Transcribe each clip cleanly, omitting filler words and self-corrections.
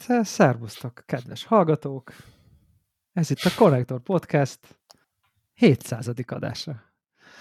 Szervusztok, kedves hallgatók! Ez itt a Konnektor Podcast 700. adása.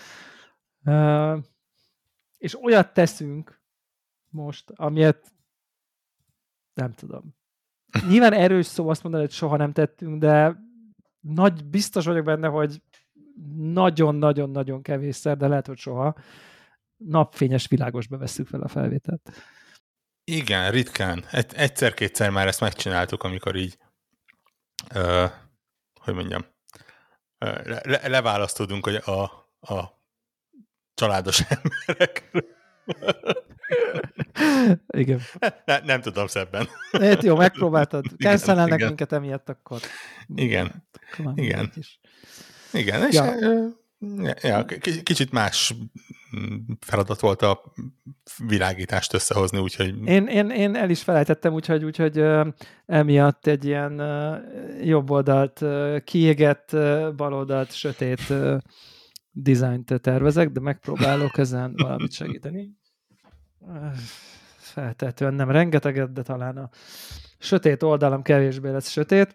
És olyat teszünk most, amilyet nem tudom. Nyilván erős szó azt mondani, hogy soha nem tettünk, de biztos vagyok benne, hogy nagyon-nagyon-nagyon kevésszer, de lehet, hogy soha napfényes világosba vesszük fel a felvételt. Igen, ritkán. Egyszer-kétszer már ezt megcsináltuk, amikor így, hogy mondjam, leválasztódunk a családos emberekről. Igen. Nem tudom szebben. Jó, megpróbáltad. Cancelelnek minket emiatt, akkor... Igen. Igen. Igen, és ja. Kicsit más feladat volt a világítást összehozni, úgyhogy... Én el is felejtettem, úgyhogy emiatt egy ilyen jobb oldalt kiégett, bal oldalt sötét dizájnt tervezek, de megpróbálok ezen valamit segíteni. Feltehetően nem rengeteget, de talán a sötét oldalam kevésbé lesz sötét.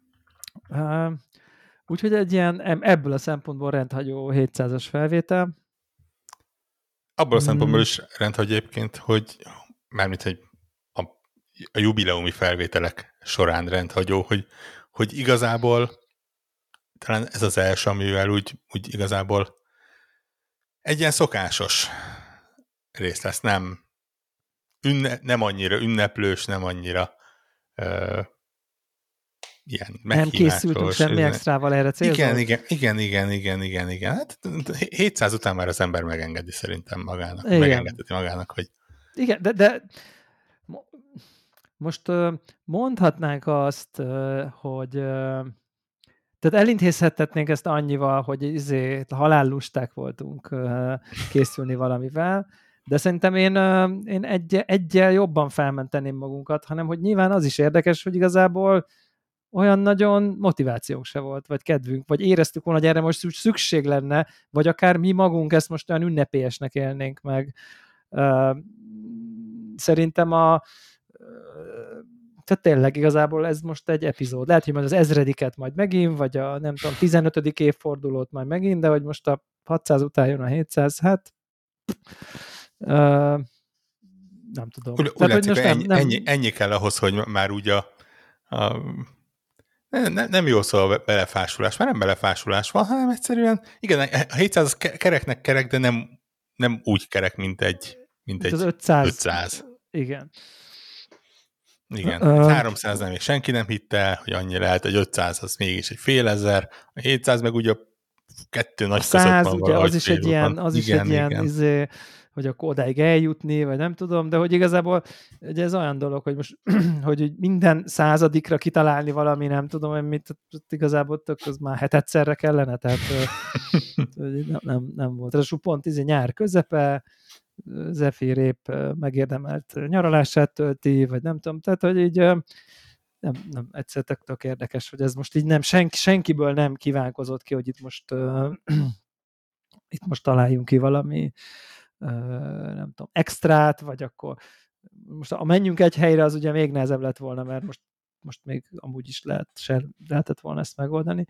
Úgyhogy egy ilyen ebből a szempontból rendhagyó 700-as felvétel. Abból a szempontból is rendhagyó egyébként, hogy mármint, hogy a jubileumi felvételek során rendhagyó, hogy igazából talán ez az első, amivel úgy igazából egy ilyen szokásos rész lesz, nem annyira ünneplős, nem annyira ilyen nem készültünk semmi extrával erre célzol? Igen. Hát 700 után már az ember megengedi szerintem magának. Megengedheti magának, hogy... Igen, de most mondhatnánk azt, hogy tehát elintézhetnénk ezt annyival, hogy halállusták voltunk készülni valamivel, de szerintem én egyel jobban felmenteném magunkat, hanem hogy nyilván az is érdekes, hogy igazából olyan nagyon motivációnk se volt, vagy kedvünk, vagy éreztük volna, hogy erre most szükség lenne, vagy akár mi magunk ezt most olyan ünnepélyesnek élnénk meg. Szerintem tehát tényleg igazából ez most egy epizód. Lehet, hogy majd az 1000-et majd megint, vagy a nem tudom, 15. évfordulót majd megint, de hogy most a 600 után jön a 700, hát nem tudom. Úgy látszik, ennyi kell ahhoz, hogy már úgy nem jó szó a belefásulás, mert nem belefásulás van, hanem egyszerűen, igen, a 700 kereknek kerek, de nem úgy kerek, mint egy 500. Igen. Igen, 300-nál még senki nem hitte, hogy annyi lehet, hogy 500 az mégis egy fél ezer, a 700 meg ugye kettő nagy között van valahogy. Az is egy ilyen, hogy akkor odáig eljutni, vagy nem tudom, de hogy igazából ugye ez olyan dolog, hogy most hogy minden századikra kitalálni valami, nem tudom, mit igazából az már hetedszerre kellene, tehát nem volt. Ez pont nyár közepe, Zephyr épp megérdemelt nyaralását tölti, vagy nem tudom, tehát hogy így nem egyszer tök érdekes, hogy ez most így nem, senkiből nem kívánkozott ki, hogy itt most találjunk ki valami nem tudom, extrát, vagy akkor most ha menjünk egy helyre, az ugye még nehezebb lett volna, mert most még amúgy is lehetett volna ezt megoldani.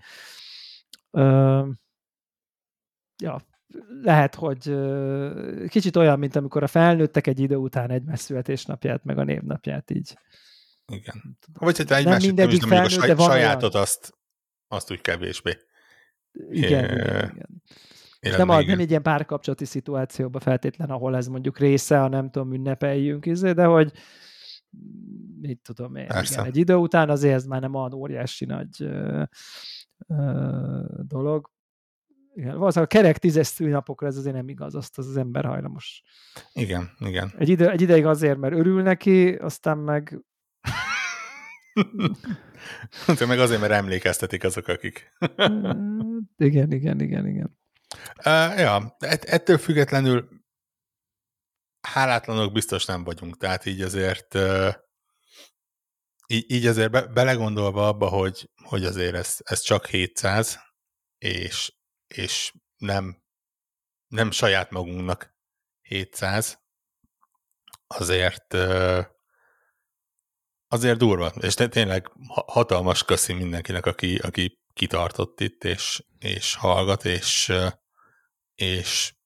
Lehet, hogy kicsit olyan, mint amikor a felnőttek egy idő után egymás születésnapját, meg a névnapját így. Igen. Vagy hogy egymás mindegyik felnőtt, de van sajátot azt úgy kevésbé. Igen. Nem egy ilyen párkapcsolati szituációban feltétlen, ahol ez mondjuk része, a nem tudom, ünnepeljünk, de hogy mit tudom én, igen, egy idő után azért ez már nem olyan óriási nagy dolog. Igen, valószínűleg a kerek 10-es szülinapokra ez azért nem igaz, azt az ember hajlamos. Igen. Egy ideig azért, mert örül neki, aztán meg meg azért, mert emlékeztetik azok, akik. Igen. Ettől függetlenül hálátlanok biztos nem vagyunk, tehát így azért belegondolva abba, hogy azért ez csak 700, és nem saját magunknak 700, azért azért durva, és tényleg hatalmas köszi mindenkinek, aki kitartott itt, és hallgat, és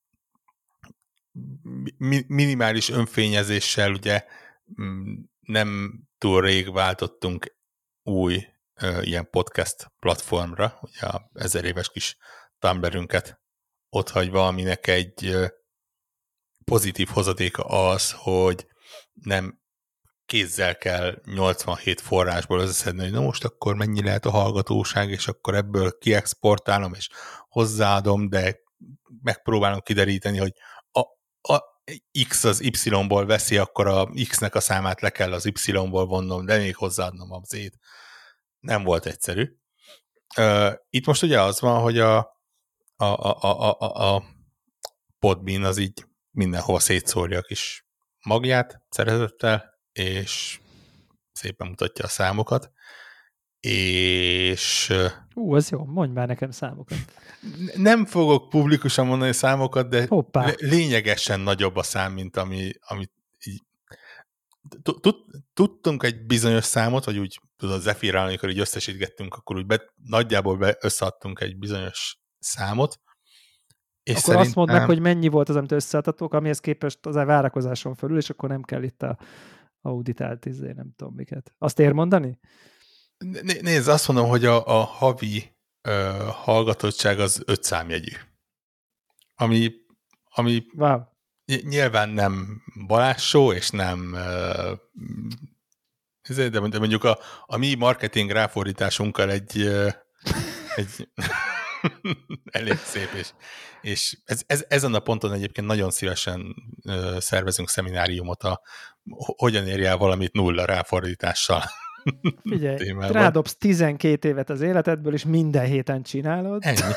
minimális önfényezéssel ugye nem túl rég váltottunk új ilyen podcast platformra, ugye a 1000 éves kis Tumblrünket otthagyva, aminek egy pozitív hozadéka az, hogy nem kézzel kell 87 forrásból összeszedni, hogy na most akkor mennyi lehet a hallgatóság, és akkor ebből kiexportálom, és hozzáadom, de megpróbálom kideríteni, hogy a X az Y-ból veszi, akkor a X-nek a számát le kell az Y-ból vonnom, de még hozzáadnom a Z-t. Nem volt egyszerű. Itt most ugye az van, hogy a Podbean az így mindenhova szétszórja a kis magját szeretettel, és szépen mutatja a számokat, és... az jó, mondj már nekem számokat. Nem fogok publikusan mondani számokat, de Hoppá. lényegesen nagyobb a szám, mint amit így... Tudtunk egy bizonyos számot, vagy úgy tudod, Zephyr-rel, amikor így összesítgettünk, akkor úgy nagyjából összeadtunk egy bizonyos számot. És akkor szerintem... azt mondd meg, hogy mennyi volt az, amit összeadtatok, amihez képest az várakozáson fölül, és akkor nem kell itt a auditált nem tudom miket. Azt ér mondani? Nézd, azt mondom, hogy a havi hallgatottság az 5 számjegyű. Ami wow. Nyilván nem Balázs show, és nem de mondjuk a mi marketing ráfordításunkkal egy elég szép, és ezen a ponton egyébként nagyon szívesen szervezünk szemináriumot hogyan érj el valamit nulla ráfordítással. Figyelj, rádobsz 12 évet az életedből, és minden héten csinálod. Ennyi.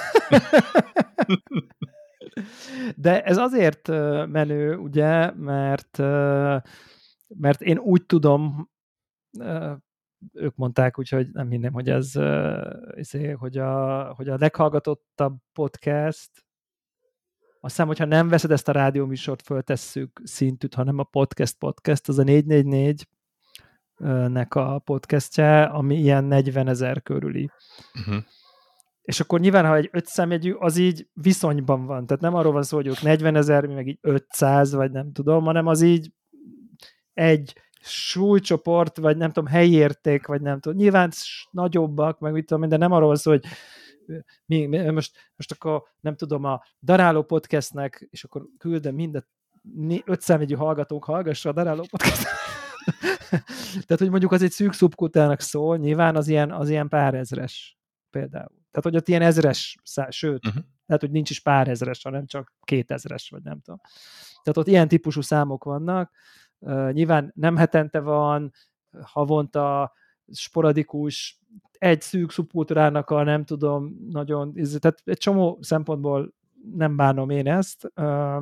De ez azért menő, ugye, mert én úgy tudom, ők mondták, úgyhogy nem hinném, hogy ez hogy a leghallgatottabb podcast, azt hiszem, hogyha nem veszed ezt a rádióműsort, föltesszük szintűt, hanem a podcast, az a 444-nek a podcastje, ami ilyen 40 000 körüli. Uh-huh. És akkor nyilván, ha egy 5 számjegyű, az így viszonyban van. Tehát nem arról van szó, hogy ők 40 000, mi meg így 500, vagy nem tudom, hanem az így egy súlycsoport, vagy nem tudom, helyi érték, vagy nem tudom. Nyilván nagyobbak, meg mit tudom, de nem arról van szó, hogy most akkor nem tudom, a Daráló Podcastnek, és akkor küldem minden 5 számjegyű hallgatók hallgassa a Daráló Podcastet. Tehát, hogy mondjuk az egy szűk szubkultúrának szól, nyilván az ilyen pár ezres például. Tehát, hogy ott ilyen ezres, sőt, lehet, hogy nincs is pár ezres, hanem csak 2000-es, vagy nem tudom. Tehát ott ilyen típusú számok vannak. Nyilván nem hetente van, havonta, sporadikus, egy szűk szubkultúrának a nem tudom, nagyon, tehát egy csomó szempontból nem bánom én ezt,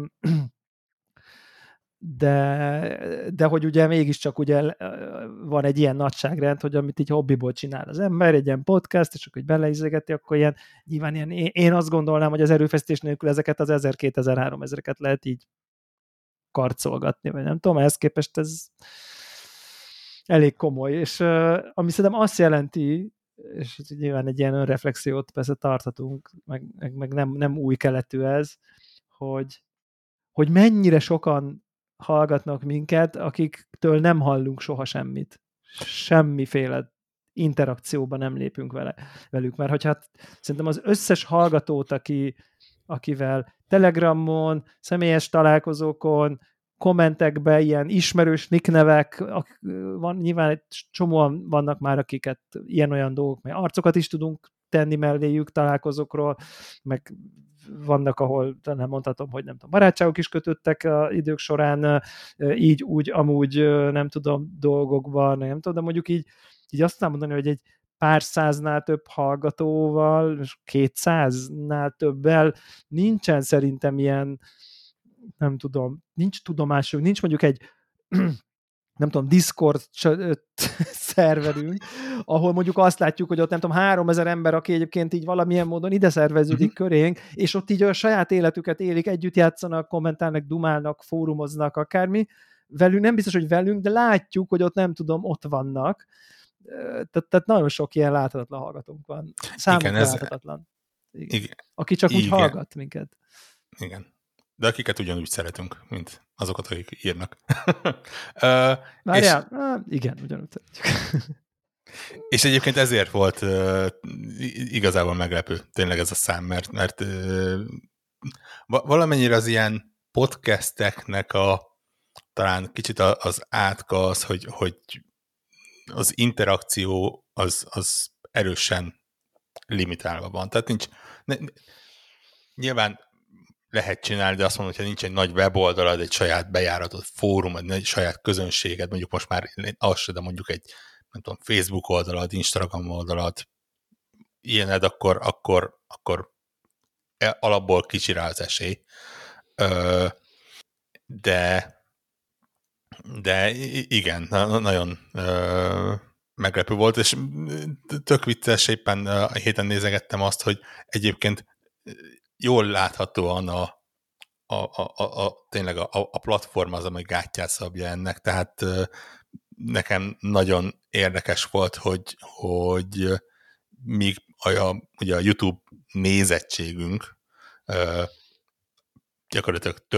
de hogy ugye mégiscsak ugye van egy ilyen nagyságrend, hogy amit így hobbiból csinál az ember, egy ilyen podcast, és akkor beleizegeti, akkor ilyen, nyilván ilyen, én azt gondolnám, hogy az erőfeszítés nélkül ezeket az 1000, 2000, 3000-eket lehet így karcolgatni, vagy nem tudom, ehhez képest ez elég komoly, és ami szerintem azt jelenti, és nyilván egy ilyen önreflexiót persze tarthatunk, meg nem új keletű ez, hogy mennyire sokan hallgatnak minket, akiktől nem hallunk soha semmit. Semmiféle interakcióba nem lépünk velük, mert hogyha szerintem az összes hallgatót, akivel Telegramon, személyes találkozókon, kommentekben ilyen ismerős nicknevek, nyilván egy csomóan vannak már, akiket ilyen-olyan dolgok, mert arcokat is tudunk tenni melléjük találkozókról, meg vannak, ahol nem mondhatom, hogy nem tudom, barátságok is kötöttek az idők során, így, úgy, amúgy nem tudom, dolgokban, nem tudom, de mondjuk így azt nem mondani, hogy egy pár száznál több hallgatóval, 200-nál többel nincsen szerintem ilyen, nem tudom, nincs tudomásunk, nincs mondjuk egy nem tudom, Discord szerverünk, ahol mondjuk azt látjuk, hogy ott nem tudom, 3000 ember, aki egyébként így valamilyen módon ide szerveződik körénk, és ott így a saját életüket élik, együtt játszanak, kommentálnak, dumálnak, fórumoznak, akármi, velünk, nem biztos, hogy velünk, de látjuk, hogy ott nem tudom, ott vannak. Tehát nagyon sok ilyen láthatatlan hallgatónk van. Számunkra láthatatlan. Igen. Aki csak úgy hallgat minket. Igen. De akiket ugyanúgy szeretünk, mint azokat, akik írnak. Várjál? Igen, ugyanúgy szeretjük. És egyébként ezért volt igazából meglepő tényleg ez a szám, mert valamennyire az ilyen podcasteknek talán kicsit az átka az, hogy az interakció az erősen limitálva van. Tehát nyilván lehet csinálni, de azt mondom, hogyha nincs egy nagy weboldalad, egy saját bejáratott fórum, egy saját közönséged, mondjuk most már az se, de mondjuk egy nem tudom, Facebook oldalad, Instagram oldalad, ilyened, akkor alapból kicsi rá az esély. De igen, nagyon meglepő volt, és tök vicces, éppen a héten nézegettem azt, hogy egyébként jól láthatóan tényleg a platform az, amely gátját szabja ennek, tehát nekem nagyon érdekes volt, hogy míg ugye a YouTube nézettségünk gyakorlatilag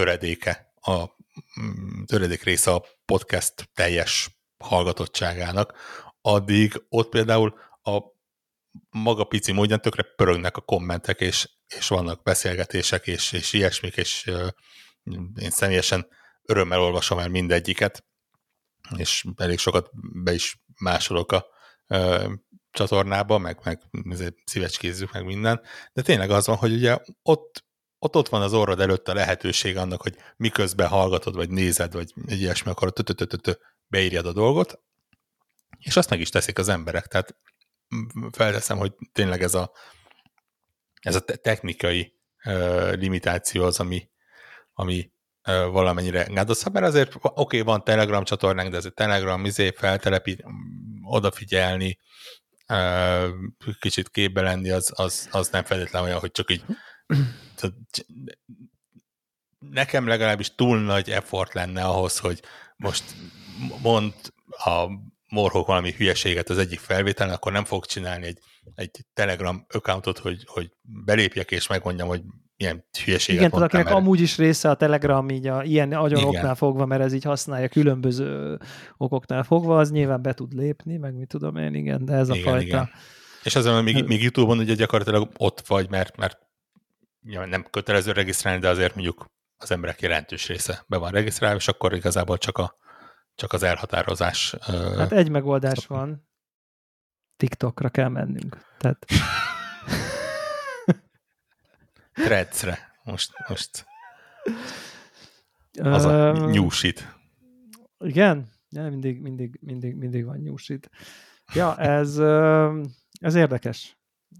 töredék része a podcast teljes hallgatottságának, addig ott például a maga pici módján tökre pörögnek a kommentek, és vannak beszélgetések, és ilyesmik, és én személyesen örömmel olvasom el mindegyiket, és elég sokat be is másolok a csatornába, meg szívecskézzük, meg minden, de tényleg az van, hogy ugye ott van az orrod előtt a lehetőség annak, hogy miközben hallgatod, vagy nézed, vagy egy ilyesmi, akkor beírjad a dolgot, és azt meg is teszik az emberek, tehát felteszem, hogy tényleg ez a technikai limitáció az, ami valamennyire gádolsz, mert azért oké, van Telegram csatornánk, de ez a Telegram feltelepít, odafigyelni, kicsit képbe lenni, az nem feltétlenül olyan, hogy csak így nekem legalábbis túl nagy effort lenne ahhoz, hogy most mond a morhók valami hülyeséget az egyik felvételen, akkor nem fog csinálni egy Telegram accountot, hogy belépjek és megmondjam, hogy milyen hülyeséget igen, mondtam. Igen, akinek amúgy is része a Telegram, így ilyen oknál fogva, mert ez így használja különböző okoknál fogva, az nyilván be tud lépni, meg mit tudom én, igen, de ez a fajta... Igen. És azért, még YouTube-on ugye gyakorlatilag ott vagy, mert nem kötelező regisztrálni, de azért mondjuk az emberek jelentős része be van regisztrálva, és akkor igazából csak az elhatározás. Hát egy megoldás van. TikTokra kell mennünk. Tehát... Threadsre. Most az a new shit. Igen? Ja, mindig van new shit. Ja, ez érdekes.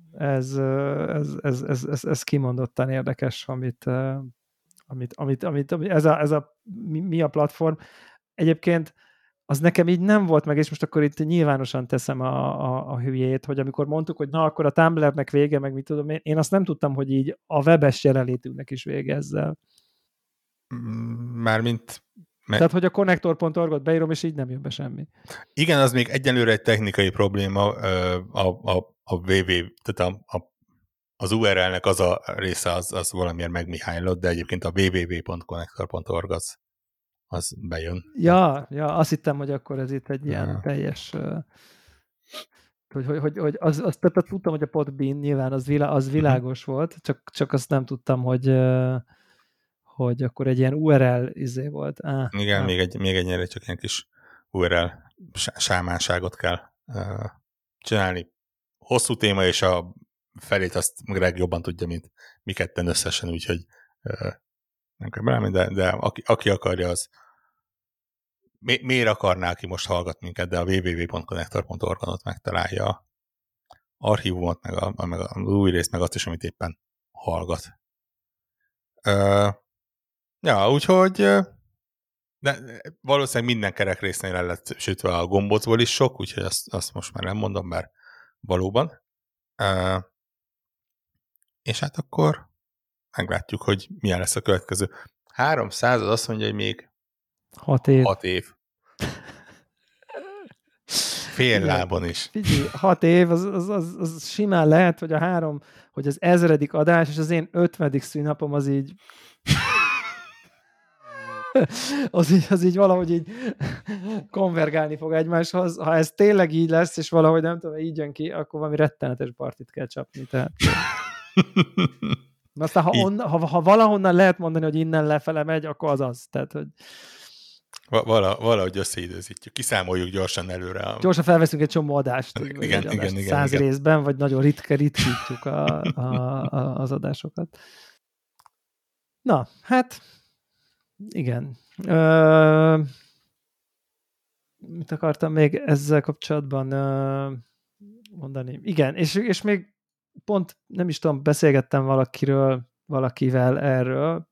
Ez kimondottan érdekes, amit ez a mi a platform. Egyébként az nekem így nem volt meg, és most akkor itt nyilvánosan teszem a hülyét, hogy amikor mondtuk, hogy na, akkor a Tumblrnek vége, meg mit tudom én azt nem tudtam, hogy így a webes jelenlétünknek is vége ezzel. Mármint... Tehát, hogy a connector.org-ot beírom, és így nem jön be semmi. Igen, az még egyenlőre egy technikai probléma, a www, tehát az URL-nek az a része az valamiért megmihálylott, de egyébként a www.connector.org az bejön. Ja, azt hittem, hogy akkor ez itt egy ilyen teljes... Hogy azt tudtam, hogy a Podbean nyilván az világos volt, csak azt nem tudtam, hogy akkor egy ilyen URL volt. Igen, még egy csak ilyen kis URL sámánságot kell csinálni. Hosszú téma, és a felét azt Greg jobban tudja, mint mi ketten összesen, úgyhogy nem kell belemenni, de aki akarja, az miért akarná, aki most hallgat minket, de a www.connector.org-on ott megtalálja a archívumot, meg az új részt, meg azt is, amit éppen hallgat. Ja, úgyhogy de valószínűleg minden kerek résznél el lett sütve a gombócból is sok, úgyhogy azt most már nem mondom, bár valóban. És hát akkor meglátjuk, hogy milyen lesz a következő. 300 azt mondja, hogy még 6 év. 6 év. Fél lábon is. Figyelj, 6 év, az simán lehet, hogy hogy az 1000. adás, és az én 50. szülinapom az így az így valahogy így konvergálni fog egymáshoz. Ha ez tényleg így lesz, és valahogy nem tudom, így jön ki, akkor valami rettenetes partit kell csapni. Tehát... Aztán ha valahonnan lehet mondani, hogy innen lefele megy, akkor az. Tehát, hogy... Valahogy összeidőzítjük. Kiszámoljuk gyorsan előre. Gyorsan felveszünk egy csomó adást. Igen. 100 részben, vagy nagyon ritkítjuk az adásokat. Na, hát igen. Mit akartam még ezzel kapcsolatban mondani? Igen, és még pont nem is tudom, beszélgettem valakivel erről,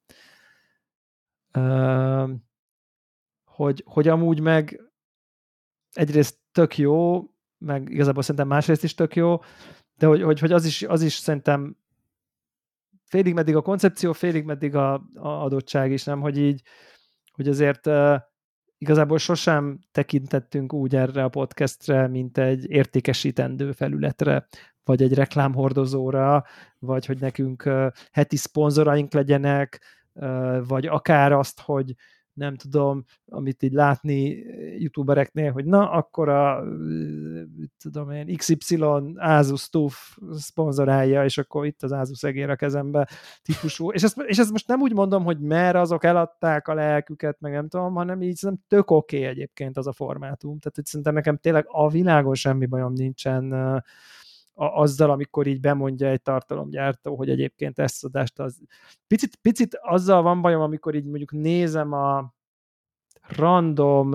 hogy amúgy meg egyrészt tök jó, meg igazából szerintem másrészt is tök jó, de hogy az is szerintem félig meddig a koncepció, félig meddig a adottság is, nem? Hogy így, hogy azért igazából sosem tekintettünk úgy erre a podcastre, mint egy értékesítendő felületre, vagy egy reklámhordozóra, vagy hogy nekünk heti szponzoraink legyenek, vagy akár azt, hogy nem tudom, amit így látni youtubereknél, hogy na, akkor tudom én, XY Asus TUF szponzorálja, és akkor itt az Asus egér a kezembe típusú. És ezt most nem úgy mondom, hogy mert azok eladták a lelküket, meg nem tudom, hanem így szerintem tök oké egyébként az a formátum. Tehát hogy szerintem nekem tényleg a világon semmi bajom nincsen azzal, amikor így bemondja egy tartalomgyártó, hogy egyébként ezt adást az... Picit azzal van bajom, amikor így mondjuk nézem a random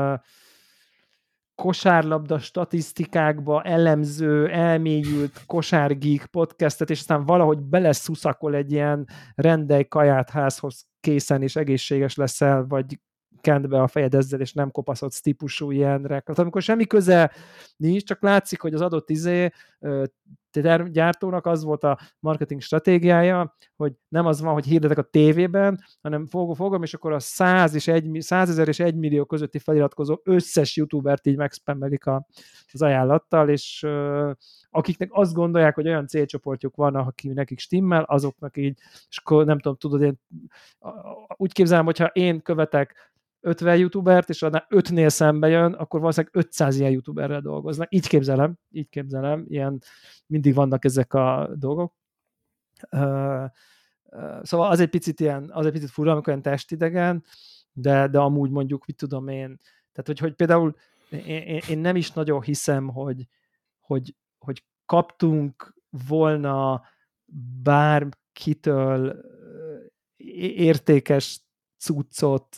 kosárlabda statisztikákba elemző, elmélyült kosárgeek podcastet, és aztán valahogy beleszuszakol egy ilyen rendelj kaját házhoz készen, és egészséges leszel, vagy kend be a fejed ezzel, és nem kopaszodsz típusú ilyenre. Tehát amikor semmi köze nincs, csak látszik, hogy az adott gyártónak az volt a marketing stratégiája, hogy nem az van, hogy hirdetek a tévében, hanem fogom, és akkor a 100 000 és 1 millió közötti feliratkozó összes youtubert így megspammelik az ajánlattal, és akiknek azt gondolják, hogy olyan célcsoportjuk van, aki nekik stimmel, azoknak így, és akkor nem tudom, tudod, én úgy képzelem, hogyha én követek 50 youtubert, és annál 5-nél szembe jön, akkor valószínűleg 500 ilyen youtuberrel dolgoznak. Így képzelem, ilyen mindig vannak ezek a dolgok. Szóval az egy picit fura, amikor olyan testidegen, de amúgy mondjuk, mit tudom én, tehát hogy például én nem is nagyon hiszem, hogy kaptunk volna bárkitől értékes cuccot,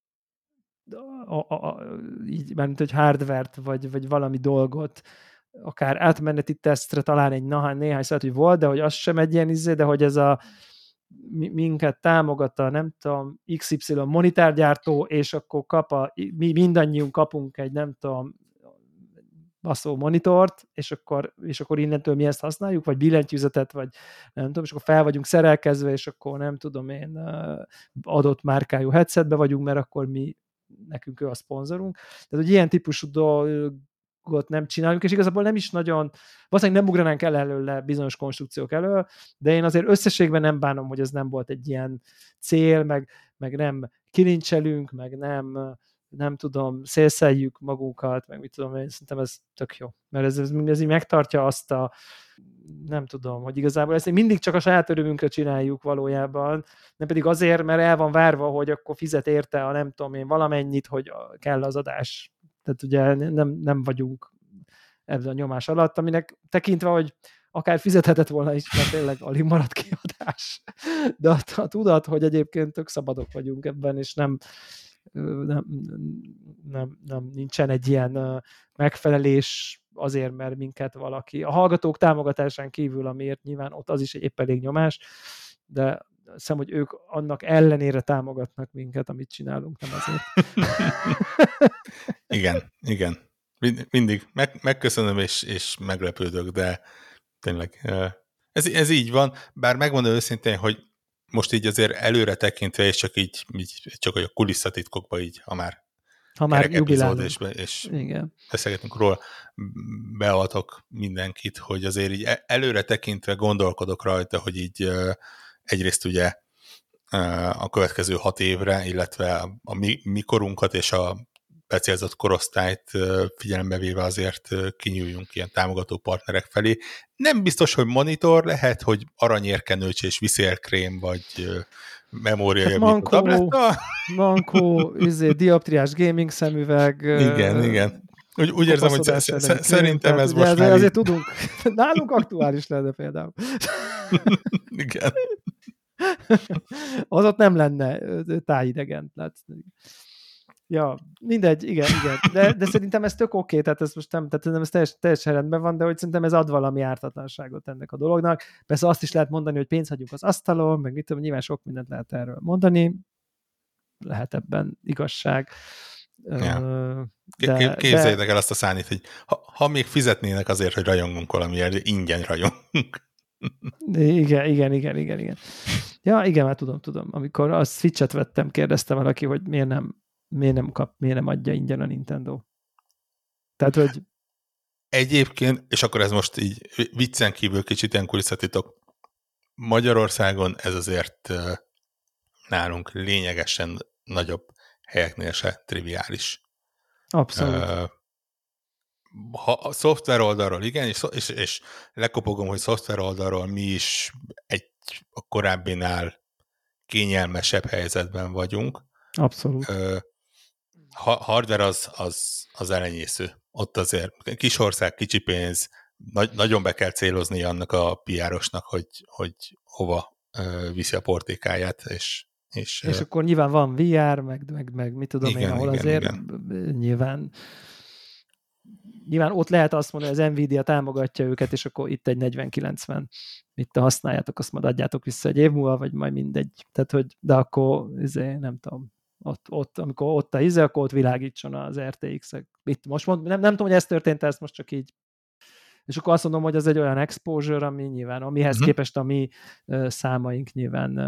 így, mármint hogy hardvert, vagy valami dolgot, akár átmeneti tesztre talán egy néhány szeret, hogy volt, de hogy az sem egy ilyen de hogy ez a minket támogatta, nem tudom, XY monitárgyártó, és akkor mi mindannyiunk kapunk egy, nem tudom, baszó monitort, és akkor innentől mi ezt használjuk, vagy billentyűzetet, vagy nem tudom, és akkor fel vagyunk szerelkezve, és akkor nem tudom én adott márkájú headsetbe vagyunk, mert akkor nekünk ő a szponzorunk. Tehát, hogy ilyen típusú dolgot nem csinálunk, és igazából nem is nagyon, valószínűleg nem ugranánk el előle bizonyos konstrukciók elől, de én azért összességben nem bánom, hogy ez nem volt egy ilyen cél, meg nem kilincselünk, meg nem tudom, szélszeljük magunkat, meg mit tudom, én szerintem ez tök jó. Mert ez így megtartja azt nem tudom, hogy igazából ezt mindig csak a saját örömünkre csináljuk valójában, nem pedig azért, mert el van várva, hogy akkor fizet érte a nem tudom én valamennyit, hogy kell az adás. Tehát ugye nem vagyunk ebben a nyomás alatt, aminek tekintve, hogy akár fizethetett volna is, mert tényleg alig maradt kiadás. De a tudat, hogy egyébként tök szabadok vagyunk ebben, és nincsen egy ilyen megfelelés azért, mert minket valaki. A hallgatók támogatásán kívül, amiért nyilván ott az is épp elég nyomás, de hiszem, hogy ők annak ellenére támogatnak minket, amit csinálunk, nem azért. Igen. Mindig megköszönöm, és meglepődök, de tényleg ez így van, bár megmondom őszintén, hogy most így azért előre tekintve, és csak a kulisszatitkokba így, ha már kerek epizód, és igen. beszélgetünk róla, beavatok mindenkit, hogy azért így előre tekintve gondolkodok rajta, hogy így egyrészt ugye a következő 6 évre, illetve a mi korunkat és a becélzott korosztályt figyelembe véve azért kinyúljunk ilyen támogató partnerek felé. Nem biztos, hogy monitor, lehet, hogy aranyérkenőcs és viszélkrém, vagy memóriajavító tabletta. Mankó, dioptriás gaming szemüveg. Igen. Úgy érzem, hogy szerintem ez most már... Azért tudunk, nálunk aktuális lenne például. Igen. Az ott nem lenne tájidegen. Ja, mindegy, igen. De szerintem ez tök oké, tehát ez most nem, tehát ez teljesen rendben van, de hogy szerintem ez ad valami ártatlanságot ennek a dolognak. Persze azt is lehet mondani, hogy pénzt hagyjuk az asztalon, meg mit tudom, nyilván sok mindent lehet erről mondani, lehet ebben igazság. Ja. Képzeljétek el azt a szánit, hogy ha még fizetnének azért, hogy rajongunk valamiért, ingyen rajongunk. Igen. Ja, igen, már tudom. Amikor a Switch-et vettem, kérdezte valaki, hogy miért nem adja ingyen a Nintendo. Tehát, hogy... Egyébként, és akkor ez most így viccen kívül kicsit ilyen kulisszatitok, Magyarországon ez azért nálunk lényegesen nagyobb helyeknél se triviális. Abszolút. Ha a szoftver oldalról igen, és lekopogom, hogy szoftver oldalról mi is a korábbinál kényelmesebb helyzetben vagyunk. Abszolút. Hardware az elenyésző. Ott azért kis ország, kicsi pénz, nagyon be kell célozni annak a PR-osnak, hogy hova viszi a portékáját, és akkor nyilván van VR, meg mit tudom én, ahol azért nyilván ott lehet azt mondani, hogy az Nvidia támogatja őket, és akkor itt egy 4090, mit te használjátok, azt majd adjátok vissza egy év múlva, vagy majd mindegy. Tehát, hogy de akkor nem tudom, ott amikor ott akkor ott világítson az RTX-ek. Most nem tudom, hogy ez történt, ezt most csak így. És akkor azt mondom, hogy az egy olyan exposure, ami nyilván, amihez képest a mi számaink nyilván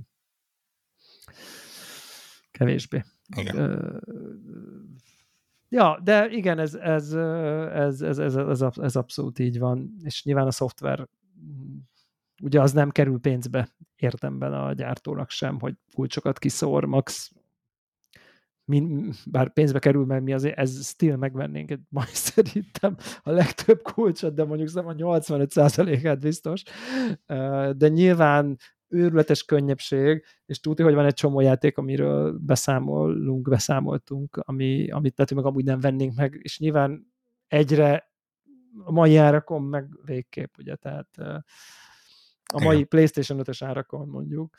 kevésbé. Igen. Ja, de igen, ez abszolút így van, és nyilván a szoftver ugye az nem kerül pénzbe érdemben a gyártónak sem, hogy kulcsokat kiszór, max bár pénzbe kerül, mert mi azért ez still megvennénk majd szerintem a legtöbb kulcsot, de mondjuk a 85%-át biztos, de nyilván őrületes könnyebbség, és tudni, hogy van egy csomó játék, amiről beszámoltunk, amit tehát meg amúgy nem vennénk meg, és nyilván egyre a mai árakon meg végképp, ugye, tehát a mai PlayStation 5-ös árakon mondjuk,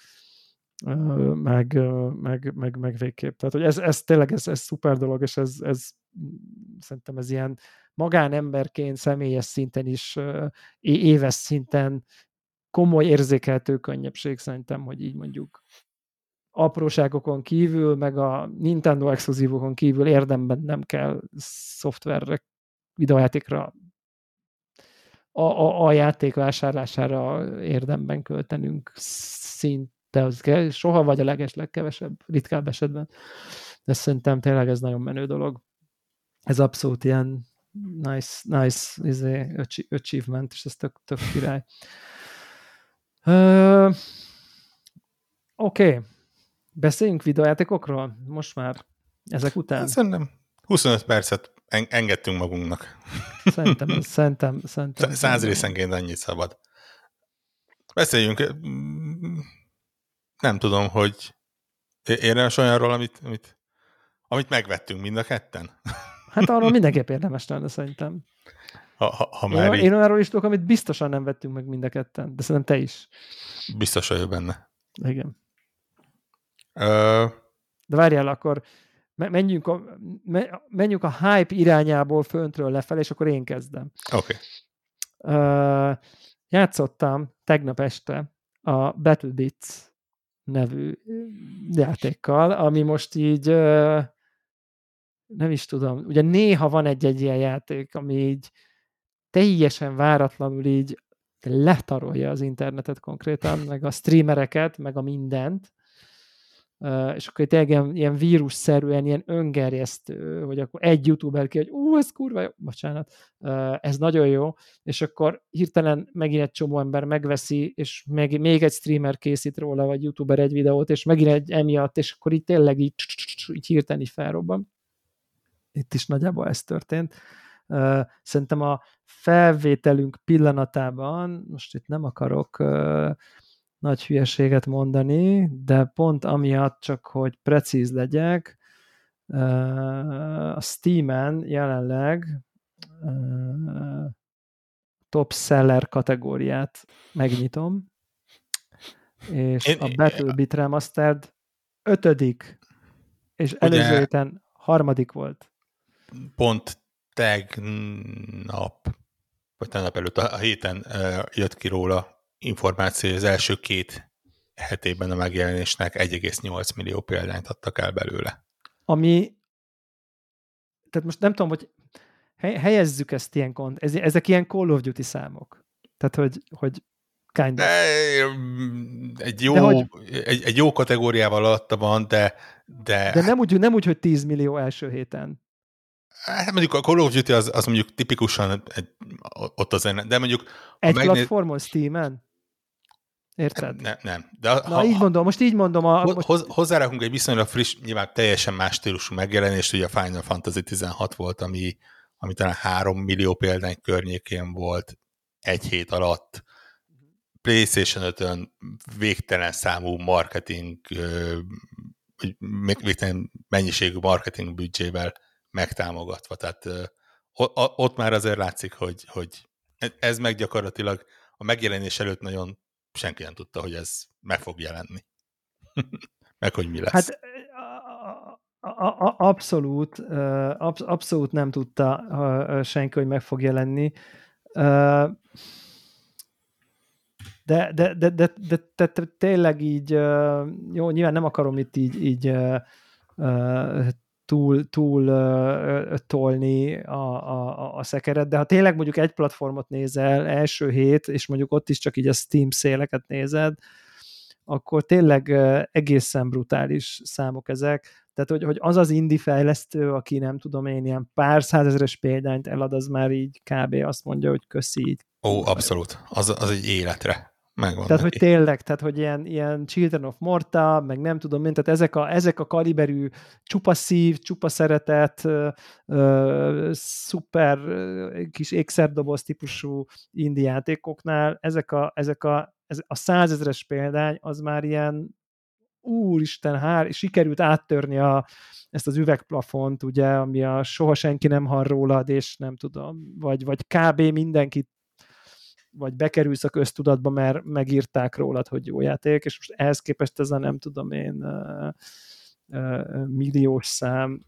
meg végképp. Tehát, hogy ez tényleg ez szuper dolog, és ez szerintem ez ilyen magánemberként, személyes szinten is, éves szinten komoly érzékeltő könnyebbség szerintem, hogy így mondjuk apróságokon kívül, meg a Nintendo exkluzívokon kívül érdemben nem kell szoftverre, videójátékra a játék vásárlására érdemben költenünk szinte, az soha vagy a legkevesebb, ritkább esetben. De szerintem tényleg ez nagyon menő dolog. Ez abszolút ilyen nice achievement, és ez tök király. Oké. Beszéljünk videójátékokról? Most már ezek után? Szerintem 25 percet engedtünk magunknak. Szerintem 100 részenként annyit szabad. Beszéljünk. Nem tudom, hogy érdemes olyanról, amit megvettünk mind a ketten? Hát arról mindenképp érdemes lenne, szerintem. Én arról is tudok, amit biztosan nem vettünk meg mind a ketten, de szerintem te is. Biztos vagyok benne. Igen. De várjál, akkor menjünk a hype irányából föntről lefelé, és akkor én kezdem. Oké. Játszottam tegnap este a Battle Bits nevű játékkal, ami most így nem is tudom, ugye néha van egy ilyen játék, ami így teljesen váratlanul így letarolja az internetet konkrétan, meg a streamereket, meg a mindent, és akkor tényleg ilyen vírusszerűen, ilyen öngerjesztő, hogy akkor egy youtuber ki, hogy ez kurva jó, bocsánat, ez nagyon jó, és akkor hirtelen megint egy csomó ember megveszi, és még egy streamer készít róla, vagy youtuber egy videót, és megint egy emiatt, és akkor így tényleg így hirtelen így felrobban. Itt is nagyjából ez történt. Szerintem a felvételünk pillanatában, most itt nem akarok nagy hülyeséget mondani, de pont amiatt csak, hogy precíz legyek, a Steam-en jelenleg top seller kategóriát megnyitom, és a Battlebit Remastered 5. és előző héten 3. volt. Pont tegnap, vagy tegnap előtt a héten jött ki róla információ, hogy az első 2 hetében a megjelenésnek 1,8 millió példányt adtak el belőle. Ami, tehát most nem tudom, hogy helyezzük ezt ilyen ezek ilyen Call of Duty számok. Tehát, hogy kind of. Egy jó kategóriával alatta van, de nem úgy, hogy 10 millió első héten. Hát mondjuk a Call of Duty az mondjuk tipikusan ott az enne, de mondjuk... Platformon, Steam-en? Érted? Nem. De így mondom. Hozzárakunk egy viszonylag friss, nyilván teljesen más stílusú megjelenést, ugye a Final Fantasy 16 volt, ami talán 3 millió példány környékén volt egy hét alatt. PlayStation 5-ön végtelen számú marketing, végtelen mennyiségű marketing büdzsével megtámogatva. Tehát ott már azért látszik, hogy ez meg gyakorlatilag a megjelenés előtt nagyon senki nem tudta, hogy ez meg fog jelenni. Meg hogy mi lesz. Hát abszolút nem tudta senki, hogy meg fog jelenni. De tényleg így, jó, nyilván nem akarom itt így túl tolni a szekeret, de ha tényleg mondjuk egy platformot nézel első hét, és mondjuk ott is csak így a Steam széleket nézed, akkor tényleg egészen brutális számok ezek. Tehát, hogy az az indie fejlesztő, aki nem tudom én, ilyen pár százezres példányt elad, az már így kb. Azt mondja, hogy köszi így. Abszolút. Az egy életre. Megvan tehát, neki. hogy tényleg, tehát, hogy ilyen Children of Morta, meg nem tudom mint, tehát ezek a kaliberű csupa szív, csupa szeretet, szuper kis ékszerdoboz típusú indie játékoknál, ezek a 100 000-es példány, az már ilyen úristen, sikerült áttörni ezt az üvegplafont, ugye, ami soha senki nem hall rólad, és nem tudom, vagy kb. Mindenkit vagy bekerülsz a köztudatba, mert megírták rólad, hogy jó játék, és most ehhez képest ez a nem tudom én milliós szám,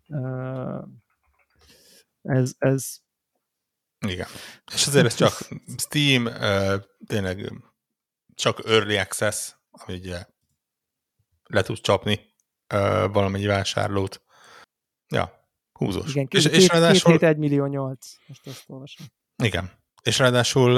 ez igen. És azért ez csak Steam, tényleg csak Early Access, ami ugye le tudsz csapni valamennyi vásárlót. Ja, húzós. Igen, és ráadásul... 2 hét 1,8 millió, most ezt olvasom. Igen. És ráadásul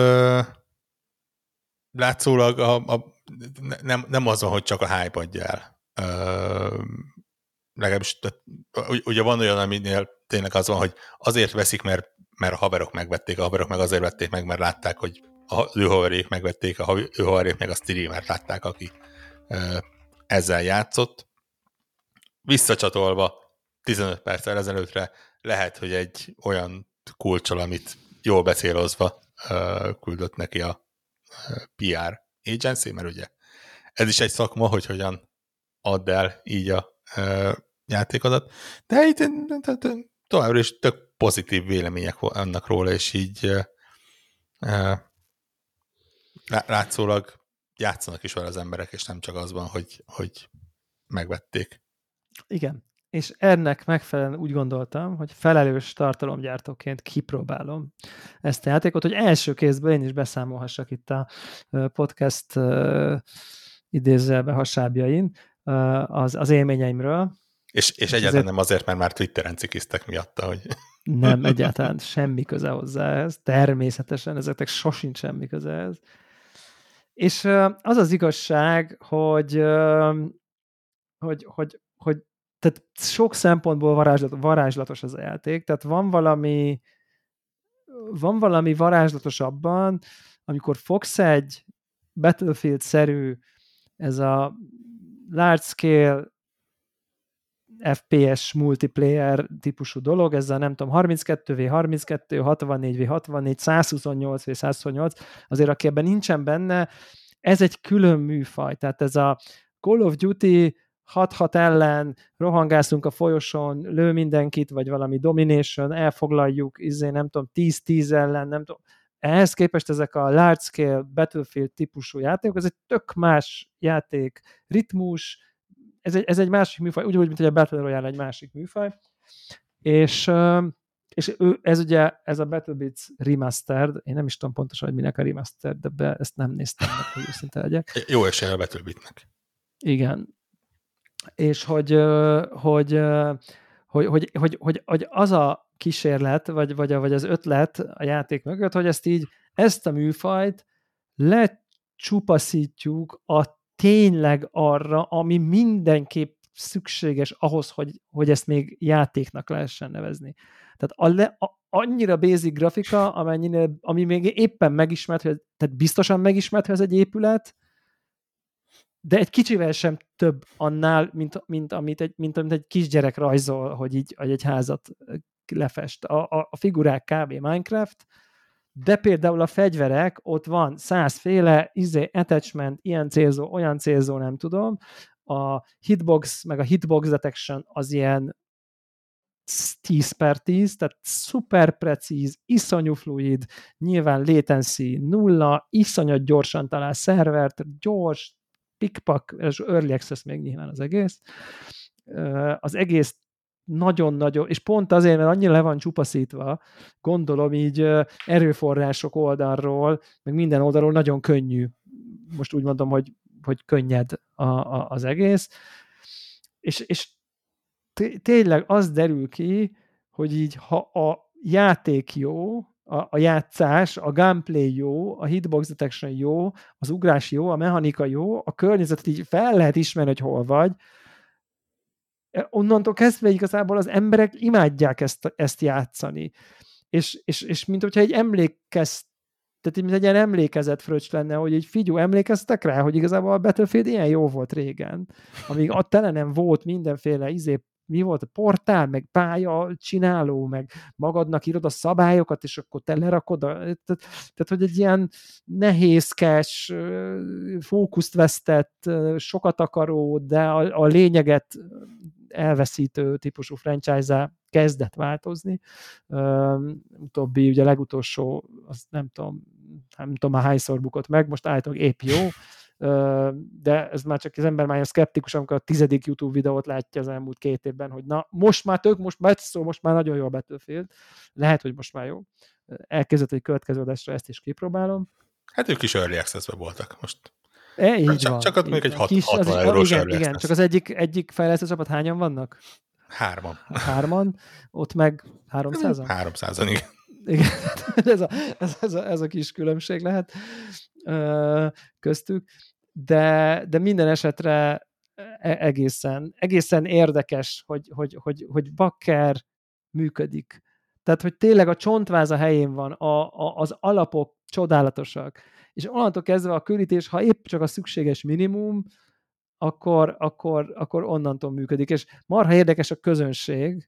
látszólag nem az van, hogy csak a hype adja el. Legalábbis ugye van olyan, aminél tényleg az van, hogy azért veszik, mert a haverok megvették, a haverok meg azért vették meg, mert látták, hogy az ő haverék megvették, ő haverék meg a streamert látták, aki ezzel játszott. Visszacsatolva 15 perccel ezelőttre lehet, hogy egy olyan kulccsal, amit jól becélozva küldött neki a PR agency, mert ugye ez is egy szakma, hogy hogyan add el így a játékodat, de itt továbbra is tök pozitív vélemények vannak róla, és így látszólag játszanak is vele az emberek, és nem csak az van, hogy megvették. Igen, és ennek megfelelően úgy gondoltam, hogy felelős tartalomgyártóként kipróbálom ezt a játékot, hogy első kézből én is beszámolhassak itt a podcast idézőjelben hasábjain az élményeimről. És egyáltalán nem azért, mert már Twitteren cikiztek miatta, hogy... Nem, egyáltalán semmi köze hozzá ez. Természetesen ezeknek sosincs semmi köze ez. És az az igazság, hogy tehát sok szempontból varázslatos az a játék, tehát van valami varázslatos abban, amikor fogsz egy Battlefield-szerű, ez a large scale FPS multiplayer típusú dolog, ez a nem tudom, 32v32, 64v64, 128v128, azért aki ebben nincsen benne, ez egy külön műfaj, tehát ez a Call of Duty 6-6 ellen rohangászunk a folyosón, lő mindenkit, vagy valami domination, elfoglaljuk, nem tudom, 10-10 ellen, nem tudom. Ehhez képest ezek a large scale Battlefield típusú játékok, ez egy tök más játék, ritmus, ez egy másik műfaj, úgy, mint hogy a Battle Royale egy másik műfaj, és ez ugye, ez a Battle Blitz Remastered, én nem is tudom pontosan, hogy minek a Remastered, de ezt nem néztem meg, hogy őszinte legyek. Jó esélye a Battle Blitz-nek. Igen. És hogy az a kísérlet, vagy az ötlet a játék mögött, hogy ezt a műfajt lecsupaszítjuk a tényleg arra, ami mindenképp szükséges ahhoz, hogy ezt még játéknak lehessen nevezni. Tehát annyira basic grafika, ami még éppen megismert, tehát biztosan megismert, hogy ez egy épület, de egy kicsivel sem több annál, mint amit egy kisgyerek rajzol, hogy egy házat lefest. A figurák kb. Minecraft, de például a fegyverek, ott van 100 féle, attachment, ilyen célzó, olyan célzó, nem tudom. A hitbox, meg a hitbox detection az ilyen 10/10, tehát szuper precíz, iszonyú fluid, nyilván latency 0, iszonyat gyorsan talál szervert, gyors, pikpak, és early access még nyilván az egész. Az egész nagyon-nagyon, és pont azért, mert annyira le van csupaszítva, gondolom így erőforrások oldalról, meg minden oldalról nagyon könnyű. Most úgy mondom, hogy könnyed az egész. És tényleg az derül ki, hogy így, ha a játék jó, a játszás, a gameplay jó, a hitbox detection jó, az ugrás jó, a mechanika jó, a környezetet így fel lehet ismerni, hogy hol vagy. Onnantól kezdve igazából az emberek imádják ezt játszani. És mint hogyha egy tehát mint egy ilyen emlékezett fröccs lenne, hogy így figyú, emlékeztek rá, hogy igazából a Battlefield ilyen jó volt régen, amíg a tele nem volt mindenféle mi volt a portál, meg pálya csináló, meg magadnak írod a szabályokat, és akkor te lerakod. Tehát, hogy egy ilyen nehézkes, fókuszt vesztett, sokat akaró, de a lényeget elveszítő típusú franchise-á kezdett változni. Utóbbi, ugye legutolsó, azt nem tudom már hányszor bukott meg, most állítólag épp jó, de ez már csak az ember már szkeptikus, amikor a 10. YouTube videót látja az elmúlt 2 évben, hogy na, most már nagyon jó a Battlefield. Lehet, hogy most már jó. Elkezdett egy következő adásra, ezt is kipróbálom. Hát ők is early access-ben voltak most. Így van. Csak ott még egy 60 eurós igen, csak az egyik fejlesztő csapat hányan vannak? 3-an, ott meg 300-an? 300-an, igen. Igen, ez a kis különbség lehet köztük, de minden esetre egészen érdekes, hogy bakker működik. Tehát, hogy tényleg a csontváz a helyén van, az alapok csodálatosak, és onnantól kezdve a körítés, ha épp csak a szükséges minimum, akkor onnantól működik. És marha érdekes a közönség,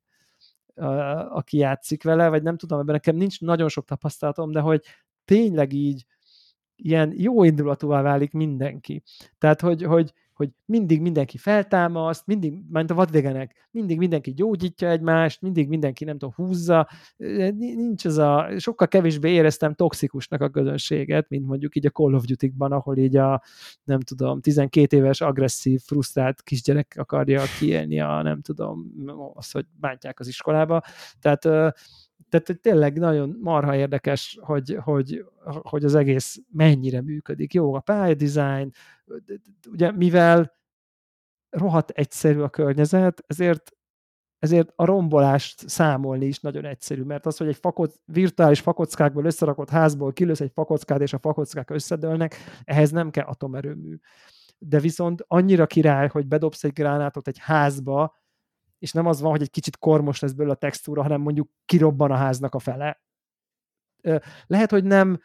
aki játszik vele, vagy nem tudom, ebben nekem nincs nagyon sok tapasztalatom, de hogy tényleg így ilyen jó indulatúvá válik mindenki. Tehát, hogy mindig mindenki feltámaszt, mint a vadvégenek, mindig mindenki gyógyítja egymást, mindig mindenki, nem tudom, húzza. Nincs sokkal kevésbé éreztem toxikusnak a közönséget, mint mondjuk így a Call of Duty-ban, ahol így nem tudom, 12 éves agresszív, frusztrált kisgyerek akarja kiélni nem tudom, azt, hogy bántják az iskolába. Tehát tényleg nagyon marha érdekes, hogy az egész mennyire működik. Jó a pályadizájn, ugye mivel rohadt egyszerű a környezet, ezért ezért a rombolást számolni is nagyon egyszerű, mert az, hogy egy virtuális fakockákból összerakott házból kilősz egy fakockát, és a fakockák összedőlnek, ehhez nem kell atomerőmű. De viszont annyira király, hogy bedobsz egy gránátot egy házba, és nem az van, hogy egy kicsit kormos lesz belőle a textúra, hanem mondjuk kirobban a háznak a fele. Lehet, hogy nem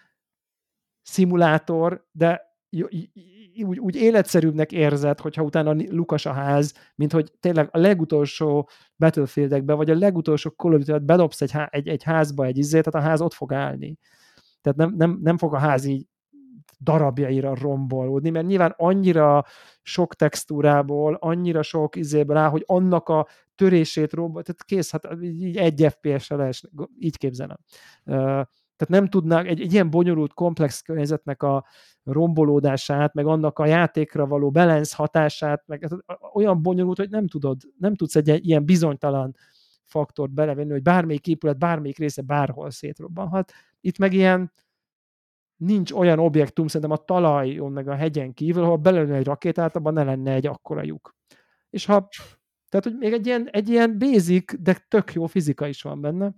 szimulátor, de úgy életszerűbbnek érzed, hogyha utána lukas a ház, mint hogy tényleg a legutolsó Battlefield-ekben, vagy a legutolsó Call of Duty-t bedobsz egy házba egy tehát a ház ott fog állni. Tehát nem fog a ház így darabjaira rombolódni, mert nyilván annyira sok textúrából, annyira sok izéből áll, hogy annak a törését tehát kész, hát így egy FPS-re lesz, így képzelem. Tehát nem tudnák egy ilyen bonyolult, komplex környezetnek a rombolódását, meg annak a játékra való balance hatását, meg olyan bonyolult, hogy nem tudsz egy ilyen bizonytalan faktort belevenni, hogy bármelyik épület, bármelyik része bárhol szétrobbanhat. Itt meg ilyen nincs olyan objektum, szerintem a talajon, meg a hegyen kívül, ahol belőle egy rakétát, abban ne lenne egy akkora lyuk. És tehát, hogy még egy ilyen basic, de tök jó fizika is van benne.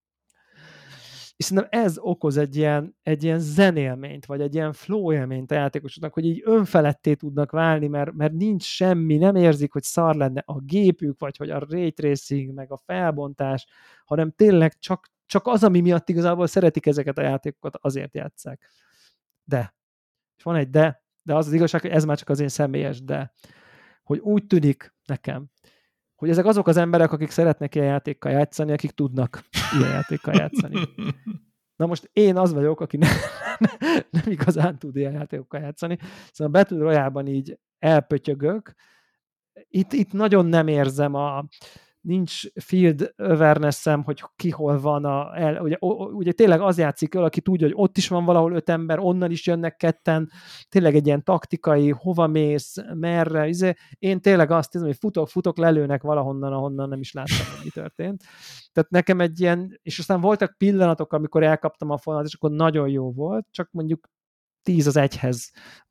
És szerintem ez okoz egy ilyen zenélményt, vagy egy ilyen flow élményt a játékosoknak, hogy így önfeledté tudnak válni, mert nincs semmi, nem érzik, hogy szar lenne a gépük, vagy hogy a ray tracing, meg a felbontás, hanem tényleg csak az, ami miatt igazából szeretik ezeket a játékokat, azért játsszák. De, és van egy de az igazság, hogy ez már csak az én személyes de, hogy úgy tűnik nekem, hogy ezek azok az emberek, akik szeretnek ilyen játékkal játszani, akik tudnak ilyen játékkal játszani. Na most én az vagyok, aki nem igazán tud ilyen játékokkal játszani. Szóval a Battle Royale-ban így elpötyögök. Itt nagyon nem érzem nincs field awareness-em, hogy ki hol van ugye tényleg az játszik el, aki tudja, hogy ott is van valahol 5 ember, onnan is jönnek ketten, tényleg egy ilyen taktikai, hova mész, merre, én tényleg azt hiszem, hogy futok, lelőnek valahonnan, ahonnan nem is láttam, hogy mi történt. Tehát nekem egy ilyen, és aztán voltak pillanatok, amikor elkaptam a fonalat, és akkor nagyon jó volt, csak mondjuk 10-1-hez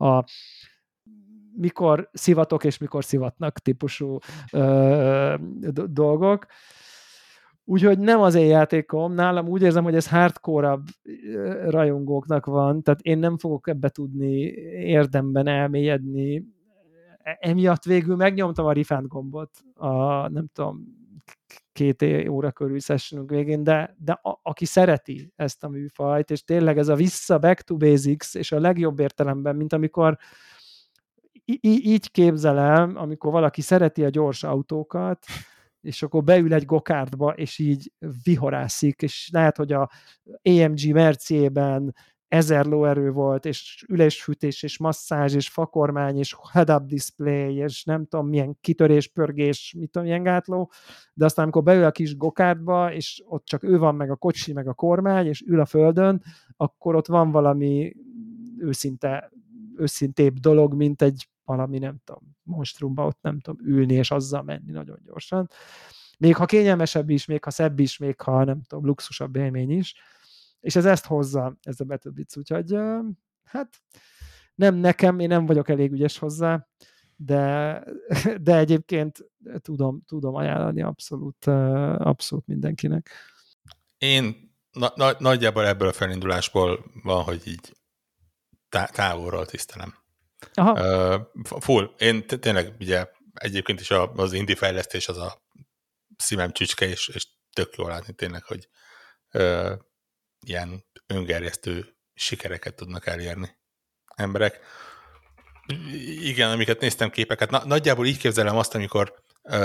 mikor szivatok és mikor szivatnak típusú dolgok. Úgyhogy nem az én játékom, nálam úgy érzem, hogy ez hardcore-abb rajongóknak van, tehát én nem fogok ebbe tudni érdemben elmélyedni. Emiatt végül megnyomtam a refund gombot nem tudom, 2 óra körül sessionünk végén, de aki szereti ezt a műfajt, és tényleg ez a vissza back to basics, és a legjobb értelemben, mint amikor így képzelem, amikor valaki szereti a gyors autókat, és akkor beül egy gokártba, és így vihorászik, és lehet, hogy a AMG Merciében 1000 lóerő volt, és ülésfűtés, és masszázs, és fakormány, és head-up display, és nem tudom milyen kitörés, pörgés, mit tudom, milyen gátló, de aztán amikor beül a kis gokártba, és ott csak ő van, meg a kocsi, meg a kormány, és ül a földön, akkor ott van valami őszintébb dolog, mint egy valami, nem tudom, monstrumba ott nem tudom ülni, és azzal menni nagyon gyorsan. Még ha kényelmesebb is, még ha szebb is, még ha nem tudom, luxusabb élmény is. És ezt hozza, ez a Battle Blitz, úgyhogy hát nem nekem, én nem vagyok elég ügyes hozzá, de egyébként tudom ajánlani abszolút mindenkinek. Én nagyjából ebből a felindulásból van, hogy így távolról tisztelem. Full. Én tényleg ugye egyébként is az indie fejlesztés az a szívem csücske, és tök jól látni tényleg, hogy ilyen öngerjesztő sikereket tudnak elérni emberek. Igen, amiket néztem képeket, nagyjából így képzelem azt, amikor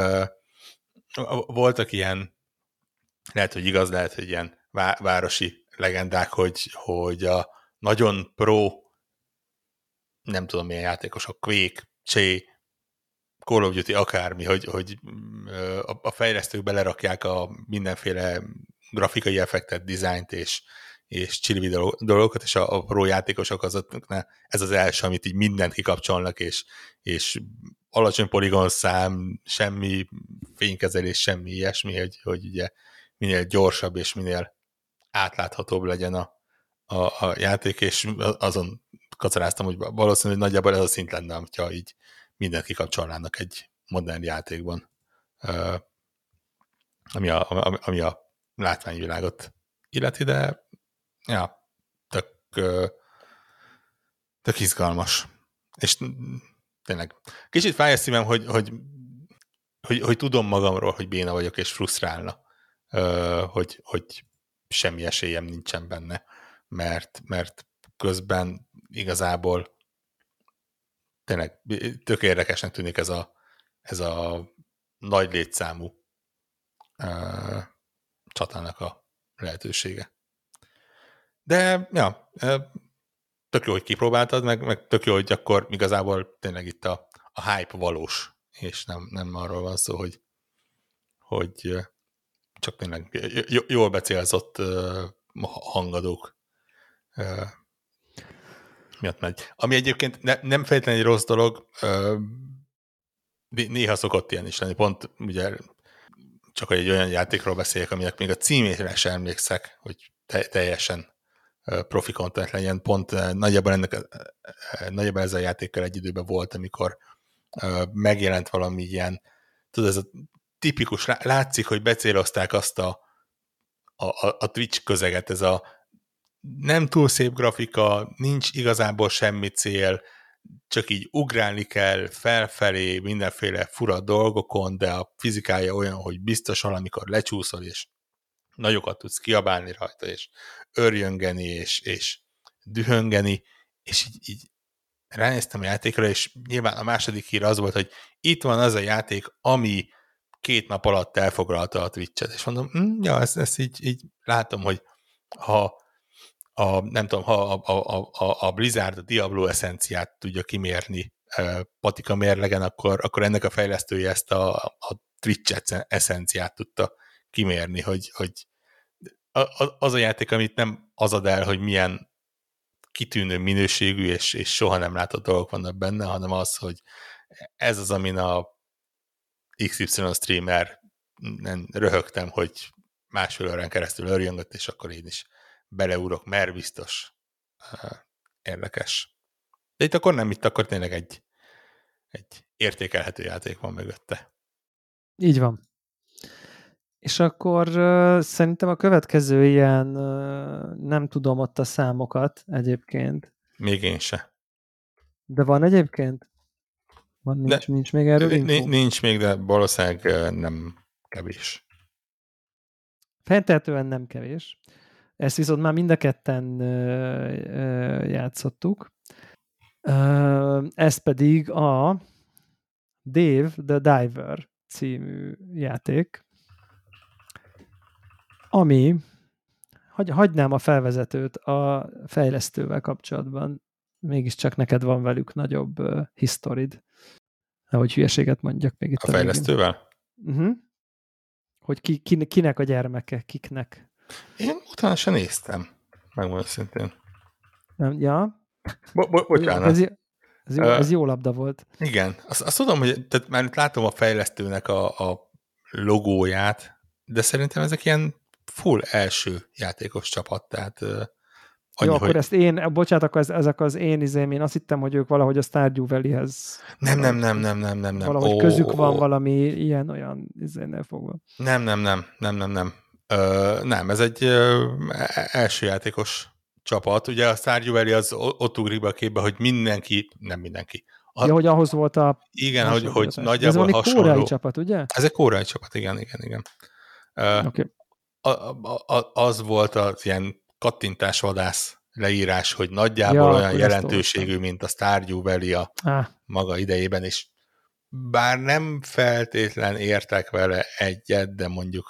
voltak ilyen, lehet, hogy igaz, lehet, hogy ilyen városi legendák, hogy a nagyon pro, nem tudom milyen játékosok, Quake, Csé, Call of Duty, akármi, hogy a fejlesztők belerakják a mindenféle grafikai effektet, dizájnt és csilivi dolgokat, és a pro játékosok azoknál ez az első, amit így mindent kikapcsolnak, és alacsony poligonszám, semmi fénykezelés, semmi ilyesmi, hogy ugye minél gyorsabb és minél átláthatóbb legyen a játék, és azon kacaráztam, hogy valószínűleg nagyjából ez a szint lenne, hogyha így mindent kikapcsolnának egy modern játékban. ami a látványvilágot illeti, de ja, tök izgalmas. És tényleg kicsit fáj a szívem, hogy tudom magamról, hogy béna vagyok, és frusztrálna, hogy semmi esélyem nincsen benne, mert közben igazából tényleg tök érdekesnek tűnik ez a nagy létszámú csatának a lehetősége. De ja, tök jó, hogy kipróbáltad, meg tök jó, hogy akkor igazából tényleg itt a hype valós, és nem arról van szó, hogy csak tényleg jól becélzott hangadók miatt megy. Ami egyébként nem feltétlenül egy rossz dolog, néha szokott ilyen is lenni. Pont ugye csak egy olyan játékról beszéljek, aminek még a címére sem emlékszek, hogy teljesen profi content legyen. Pont nagyjából ez a játékkal egy időben volt, amikor megjelent valami ilyen, tudod, ez a tipikus, látszik, hogy becélozták azt a Twitch közeget, ez a nem túl szép grafika, nincs igazából semmi cél, csak így ugrálni kell felfelé mindenféle fura dolgokon, de a fizikája olyan, hogy biztos valamikor lecsúszol, és nagyokat tudsz kiabálni rajta, és örjöngeni, és dühöngeni, és így ránéztem a játékra, és nyilván a második hír az volt, hogy itt van az a játék, ami 2 nap alatt elfoglalta a Twitch-et, és mondom, ja, ezt így látom, hogy ha nem tudom, ha a Blizzard a Diablo eszenciát tudja kimérni patika mérlegen, akkor ennek a fejlesztője ezt a Twitch eszenciát tudta kimérni, hogy az a játék, amit nem az ad el, hogy milyen kitűnő minőségű és soha nem látott dolgok vannak benne, hanem az, hogy ez az, amin a XY streamer röhögtem, hogy másfél órán keresztül örjöngött, és akkor én is beleúrok, mert biztos érdekes. De itt akkor tényleg egy értékelhető játék van mögötte. Így van. És akkor szerintem a következő ilyen, nem tudom ott a számokat egyébként. Még én se. De van egyébként? Nincs még erről info? Nincs még, de valószínűleg nem kevés. Feltehetően nem kevés. Ezt viszont már mind a ketten játszottuk. Ez pedig a Dave the Diver című játék, ami, hagynám a felvezetőt a fejlesztővel kapcsolatban, mégiscsak neked van velük nagyobb historid. Ahogy hülyeséget mondjak még itt a fejlesztővel? Hogy kinek a gyermeke, kiknek. Én utána sem néztem, megmondom szintén. Ja? Bocsánat. Ez jó labda volt. Igen. Azt tudom, hogy tehát már látom a fejlesztőnek a logóját, de szerintem ezek ilyen full első játékos csapat, tehát annyi, jó, akkor ezt bocsánat, akkor ezek az én azt hittem, hogy ők valahogy a Stardew Valley-hez nem. Valahogy közük van valami ilyen-olyan izénél fogva. Nem. Nem, ez egy első játékos csapat. Ugye a Stardew Valley az ott ugrik be a képbe, hogy nem mindenki. Hogy ahhoz volt a... Igen, hogy nagyjából ez valami kóreai csapat, ugye? Ez egy kóreai csapat, igen. Okay. Az volt az ilyen kattintásvadász leírás, hogy nagyjából olyan jelentőségű, mint a Stardew Valley a maga idejében is. Bár nem feltétlen értek vele egyet, de mondjuk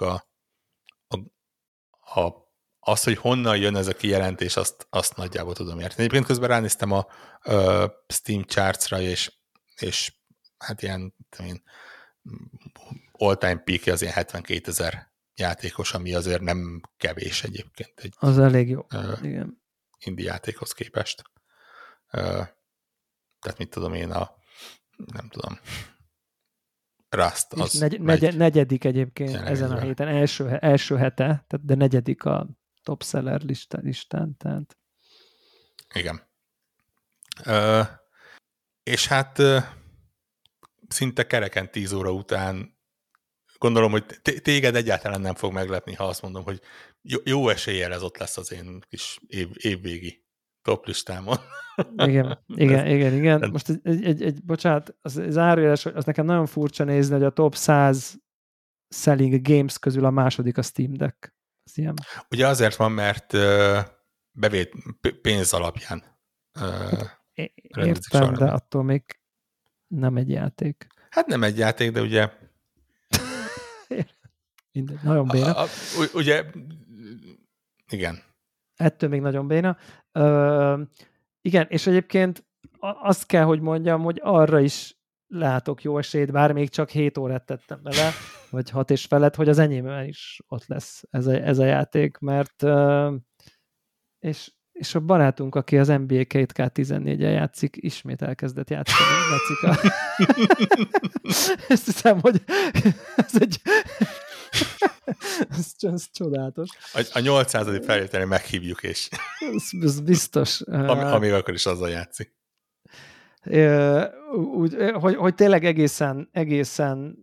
az, hogy honnan jön ez a kijelentés, azt nagyjából tudom érteni. Egyébként közben ránéztem a Steam Charts-ra, és hát ilyen all-time peak az ilyen 72 000 játékos, ami azért nem kevés egyébként. Az elég jó. Igen. Indie játékhoz képest. Tehát mit tudom én, nem tudom, Rust az negyedik egyébként ezen a héten, első hete, tehát de negyedik a top seller listán. Tehát. Igen. És hát szinte kereken 10 óra után gondolom, hogy téged egyáltalán nem fog meglepni, ha azt mondom, hogy jó eséllyel ez ott lesz az én kis évvégi top listámon. Igen. Most bocsánat, az zárójeles, az nekem nagyon furcsa nézni, hogy a top 100 selling games közül a második a Steam Deck. Ez ilyen. Ugye azért van, mert bevét pénz alapján értem, de attól még nem egy játék. Hát nem egy játék, de ugye mindegy, nagyon béna. Ugye, igen. Ettől még nagyon béna. Igen, és egyébként azt kell, hogy mondjam, hogy arra is látok jó esélyt, bár még csak 7 órát tettem bele, vagy 6 és felett, hogy az enyémben is ott lesz ez a játék, mert és a barátunk, aki az NBA 2K14-en játszik, ismét elkezdett játszani. Ezt hiszem, hogy ez egy ez csodálatos. A 800. felvételén meghívjuk, és ez biztos. Amíg akkor is azzal játszik. Hogy tényleg egészen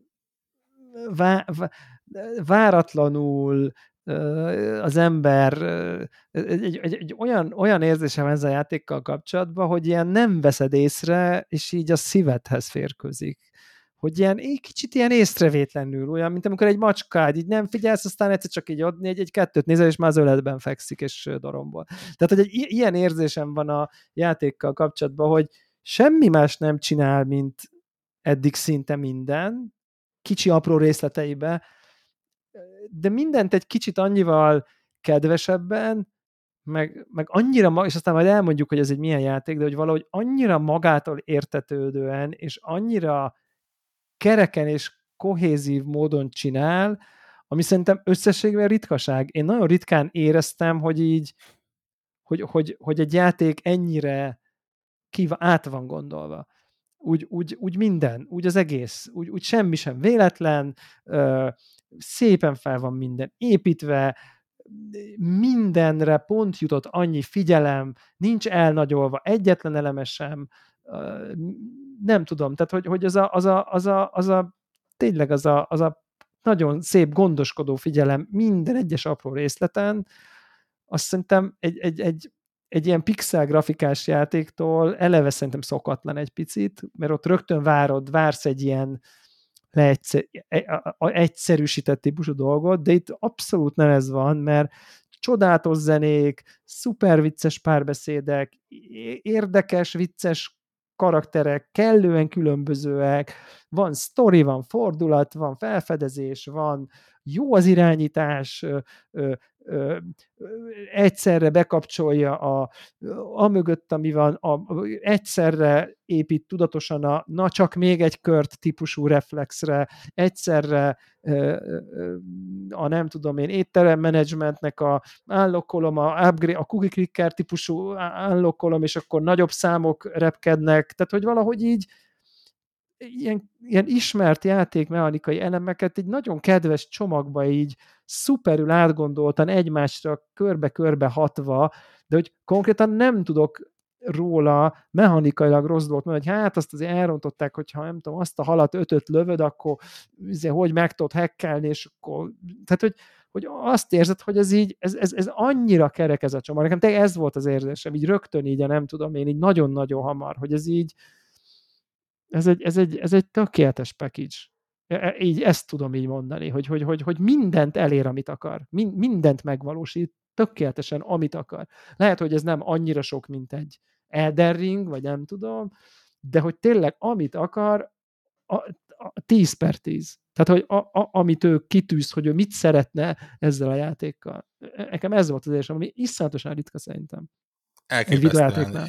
váratlanul az ember egy olyan érzése van ezzel a játékkal kapcsolatban, hogy ilyen nem veszed észre, és így a szívedhez férkőzik. Hogy ilyen kicsit ilyen észrevétlenül, olyan, mint amikor egy macskád, így nem figyelsz, aztán egyszer csak így adni egy kettőt nézel, és már az öletben fekszik, és dorombol. Tehát, hogy egy ilyen érzésem van a játékkal kapcsolatban, hogy semmi más nem csinál, mint eddig szinte minden, kicsi apró részleteibe, de mindent egy kicsit annyival kedvesebben, meg annyira, és aztán majd elmondjuk, hogy ez egy milyen játék, de hogy valahogy annyira magától értetődően, és annyira kereken és kohézív módon csinál, ami szerintem összességben ritkaság. Én nagyon ritkán éreztem, hogy így, hogy egy játék ennyire át van gondolva. Úgy minden, úgy az egész, úgy semmi sem véletlen, szépen fel van minden építve, mindenre pont jutott annyi figyelem, nincs elnagyolva egyetlen eleme sem, nem tudom, tehát hogy az a tényleg az a nagyon szép gondoskodó figyelem minden egyes apró részleten, azt szerintem egy ilyen pixel grafikás játéktól eleve szerintem szokatlan egy picit, mert ott rögtön vársz egy ilyen egyszerűsített típusú dolgot, de itt abszolút nem ez van, mert csodálatos zenék, szuper vicces párbeszédek, érdekes, vicces karakterek, kellően különbözőek, van sztori, van fordulat, van felfedezés, van jó az irányítás, egyszerre bekapcsolja amögött, ami van, egyszerre épít tudatosan na csak még egy kört típusú reflexre, egyszerre nem tudom én, étterem menedzsmentnek unlockolom, a cookie clicker típusú unlockolom, és akkor nagyobb számok repkednek, tehát hogy valahogy így ilyen ismert játékmechanikai elemeket egy nagyon kedves csomagba így szuperül átgondoltan egymásra körbe-körbe hatva, de hogy konkrétan nem tudok róla mechanikailag rossz dolgot mondani, hogy hát azt azért elrontották, hogyha nem tudom, azt a halat 5-5 lövöd, akkor hogy meg tudod hackelni, és akkor, tehát hogy azt érzed, hogy ez annyira kerek ez a csomag. Nekem tényleg ez volt az érzésem, így rögtön így, nem tudom én, így nagyon-nagyon hamar, hogy ez így ez egy tökéletes package. Így ezt tudom így mondani, hogy mindent elér, amit akar. Mindent megvalósít tökéletesen, amit akar. Lehet, hogy ez nem annyira sok, mint egy Elden Ring, vagy nem tudom, de hogy tényleg amit akar, 10/10. Tehát, hogy amit ő kitűz, hogy ő mit szeretne ezzel a játékkal. Nekem ez volt az érzésem, ami iszonyatosan ritka szerintem. Elképesztően.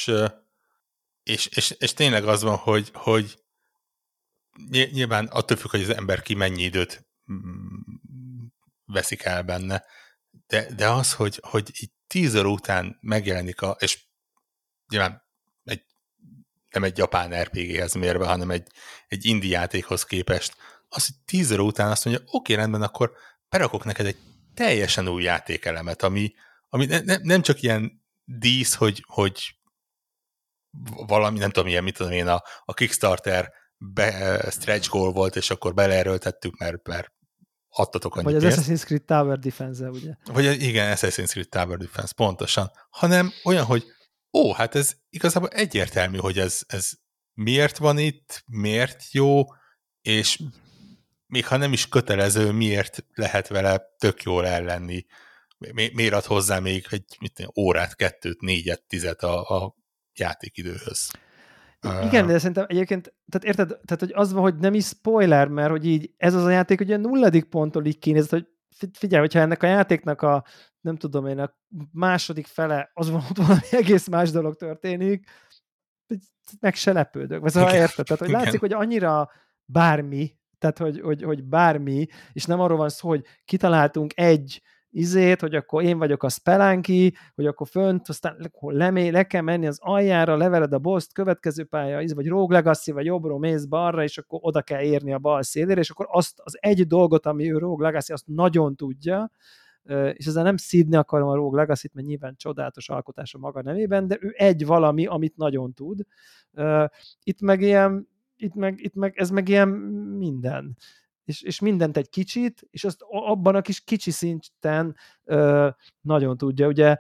És tényleg az van, hogy nyilván attól függ, hogy az ember ki mennyi időt veszik el benne, de az, hogy így 10 óra után megjelenik és nyilván nem egy japán RPG-hez mérve, hanem egy indie játékhoz képest, az, hogy 10 óra után azt mondja, oké, rendben, akkor berakok neked egy teljesen új játékelemet, ami nem csak ilyen dísz, hogy valami, nem tudom, mit tudom én, a Kickstarter stretch goal volt, és akkor beleerőltettük, mert adtatok annyi Vagy az pénzt. Assassin's Creed Tower Defense-e, ugye? Vagy igen, Assassin's Creed Tower Defense, pontosan. Hanem olyan, hogy hát ez igazából egyértelmű, hogy ez miért van itt, miért jó, és még ha nem is kötelező, miért lehet vele tök jól ellenni. Miért ad hozzá még egy órát, 2-t, 4-et, 10-et a játékidőhöz. Igen, de szerintem egyébként, tehát érted, tehát hogy az van, hogy nem is spoiler, mert hogy így ez az a játék, hogy a 0. ponttól így kinézett, hogy figyelj, hogyha ennek a játéknak a, nem tudom én, a második fele, az van, hogy valami egész más dolog történik, meg se lepődök. Vagy szóval érted? Tehát, hogy látszik, hogy annyira bármi, tehát, hogy bármi, és nem arról van szó, hogy kitaláltunk egy hogy akkor én vagyok a Spelunky, hogy akkor fönt, aztán le kell menni az aljára, levered a boss-t, következő pálya, vagy Rogue Legacy, vagy jobbról mész balra, és akkor oda kell érni a bal szélére, és akkor azt az egy dolgot, ami ő Rogue Legacy, azt nagyon tudja, és ezzel nem szídni akarom a Rogue Legacy-t, mert nyilván csodálatos alkotás a maga nevében, de ő egy valami, amit nagyon tud. Itt meg ez meg ilyen minden. És mindent egy kicsit, és azt abban a kis kicsi szinten nagyon tudja. Ugye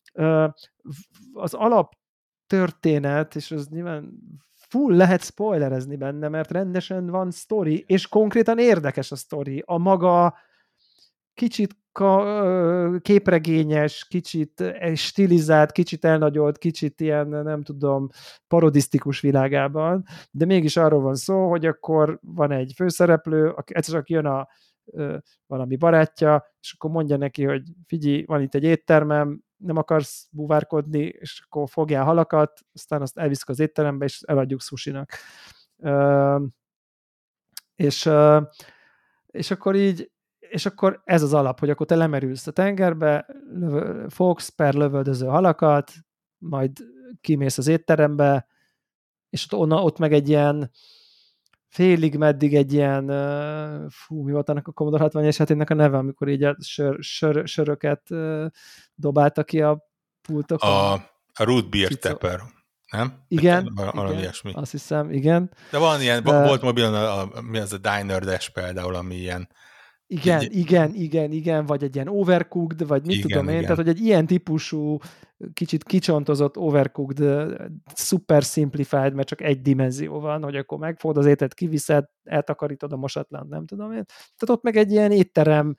az alaptörténet, és az nyilván full lehet spoilerezni benne, mert rendesen van sztori, és konkrétan érdekes a sztori. A maga kicsit képregényes, kicsit stilizált, kicsit elnagyolt, kicsit ilyen, nem tudom, parodisztikus világában, de mégis arról van szó, hogy akkor van egy főszereplő, egyszer csak jön a valami barátja, és akkor mondja neki, hogy figyelj, van itt egy éttermem, nem akarsz búvárkodni, és akkor fogjál halakat, aztán azt elviszük az étterembe, és eladjuk sushinak. És akkor így és akkor ez az alap, hogy akkor te lemerülsz a tengerbe, fogsz per lövöldöző halakat, majd kimész az étterembe, és ott meg egy ilyen félig meddig egy ilyen, mi volt annak a Commodore 64-es játéknak a neve, amikor így a söröket dobálta ki a pultokon. A root beer tapper, nem? Igen, valami ilyesmi. Azt hiszem, igen. De van ilyen, volt mobilon, mi az a Diner Dash például, ami ilyen. Igen, vagy egy ilyen overcooked, vagy mit tudom én, tehát hogy egy ilyen típusú, kicsit kicsontozott overcooked, super simplified, mert csak egy dimenzió van, hogy akkor megfogod az ételt, kiviszed, eltakarítod a mosatlant, nem tudom én. Tehát ott meg egy ilyen étterem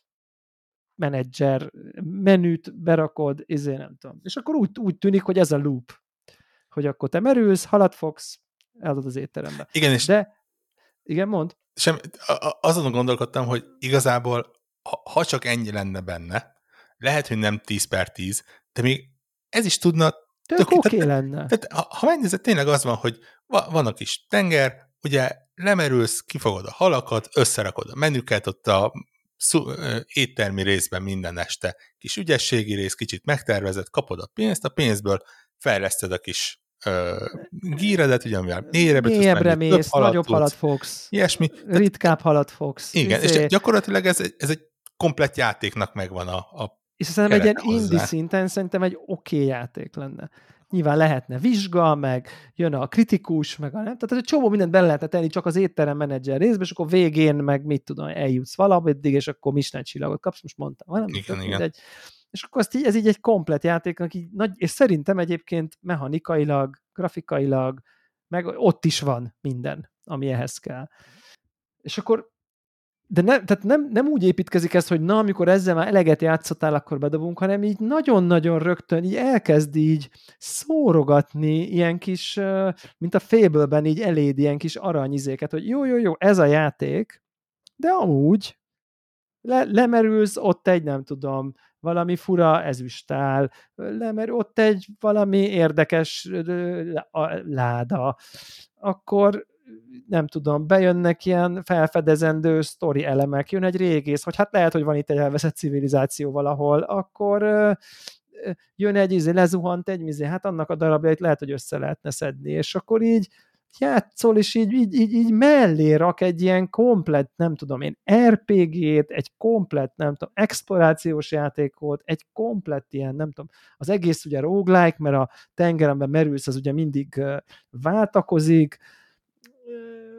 menedzser menüt berakod, nem tudom. És akkor úgy tűnik, hogy ez a loop, hogy akkor te merülsz, halat fogsz, eladod az étterembe. Igen, és igen, mondd. Azon gondolkodtam, hogy igazából, ha csak ennyi lenne benne, lehet, hogy nem 10/10, de még ez is tudna tök oké lenne. Tehát, ha megnézed, tényleg az van, hogy van a kis tenger, ugye lemerülsz, kifogod a halakat, összerakod a menüket, ott a éttermi részben minden este kis ügyességi rész, kicsit megtervezed, kapod a pénzből fejleszted a kis gíredet, ugye, amivel mélyebbre mész, nagyobb halat fogsz, ilyesmi. ritkább halat fogsz. Igen, és gyakorlatilag ez egy komplett játéknak megvan a és szerintem egy ilyen indie szinten szerintem egy oké játék lenne. Nyilván lehetne vizsga, meg jön a kritikus, meg a nem. Tehát egy csomó mindent bele lehetne tenni csak az étterem menedzser részbe, és akkor végén meg mit tudom, eljutsz valameddig, és akkor Michelin csillagot kapsz, most mondtam valami. Igen. És akkor ez így egy komplett játék, és szerintem egyébként mechanikailag, grafikailag, meg ott is van minden, ami ehhez kell. És akkor de nem úgy építkezik ez, hogy na, amikor ezzel már eleget játszottál, akkor bedobunk, hanem így nagyon-nagyon rögtön így elkezd így szórogatni ilyen kis, mint a Fable-ben így eléd ilyen kis aranyizéket, hogy jó, ez a játék, de amúgy lemerülsz, ott egy, nem tudom, valami fura ezüstál, lemerül, ott egy valami érdekes láda, akkor nem tudom, bejönnek ilyen felfedezendő sztori elemek, jön egy régész, hogy hát lehet, hogy van itt egy elveszett civilizáció valahol, akkor jön egy lezuhant egy hát annak a darabjait lehet, hogy össze lehetne szedni, és akkor így játszol, és így mellé rak egy ilyen komplett, nem tudom én, RPG-t, egy komplett, nem tudom, explorációs játékot, egy komplett ilyen, nem tudom, az egész ugye roguelike, mert a tengeremben merülsz, az ugye mindig váltakozik,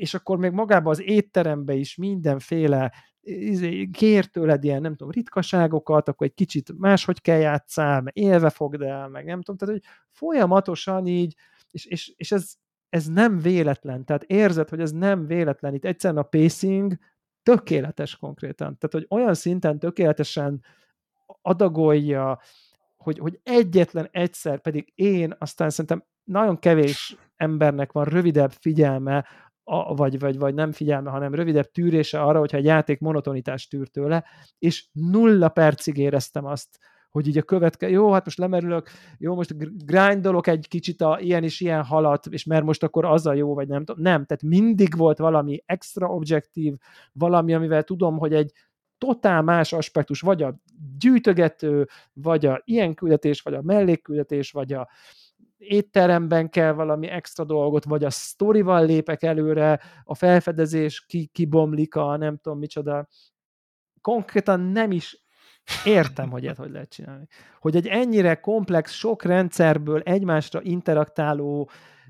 és akkor még magában az étterembe is mindenféle kér tőled ilyen, nem tudom, ritkaságokat, akkor egy kicsit máshogy kell játszál, mert élve fogd el, meg nem tudom, tehát hogy folyamatosan így, és ez nem véletlen, tehát érzed, hogy ez nem véletlen, itt egyszerűen a pacing tökéletes konkrétan, tehát hogy olyan szinten tökéletesen adagolja, hogy egyetlen egyszer, pedig én aztán szerintem nagyon kevés embernek van rövidebb figyelme, vagy nem figyelme, hanem rövidebb tűrése arra, hogyha egy játék monotonitást tűr tőle, és 0 percig éreztem azt, hogy így a következő, jó, hát most lemerülök, jó, most grindolok egy kicsit ilyen és ilyen halat, és mert most akkor az a jó, vagy nem tudom. Nem, tehát mindig volt valami extra objektív, valami, amivel tudom, hogy egy totál más aspektus, vagy a gyűjtögető, vagy a ilyen küldetés, vagy a mellékküldetés, vagy a étteremben kell valami extra dolgot, vagy a sztorival lépek előre, a felfedezés kibomlik a nem tudom micsoda. Konkrétan nem is értem, hogy ilyet hogy lehet csinálni. Hogy egy ennyire komplex, sok rendszerből egymásra interaktáló,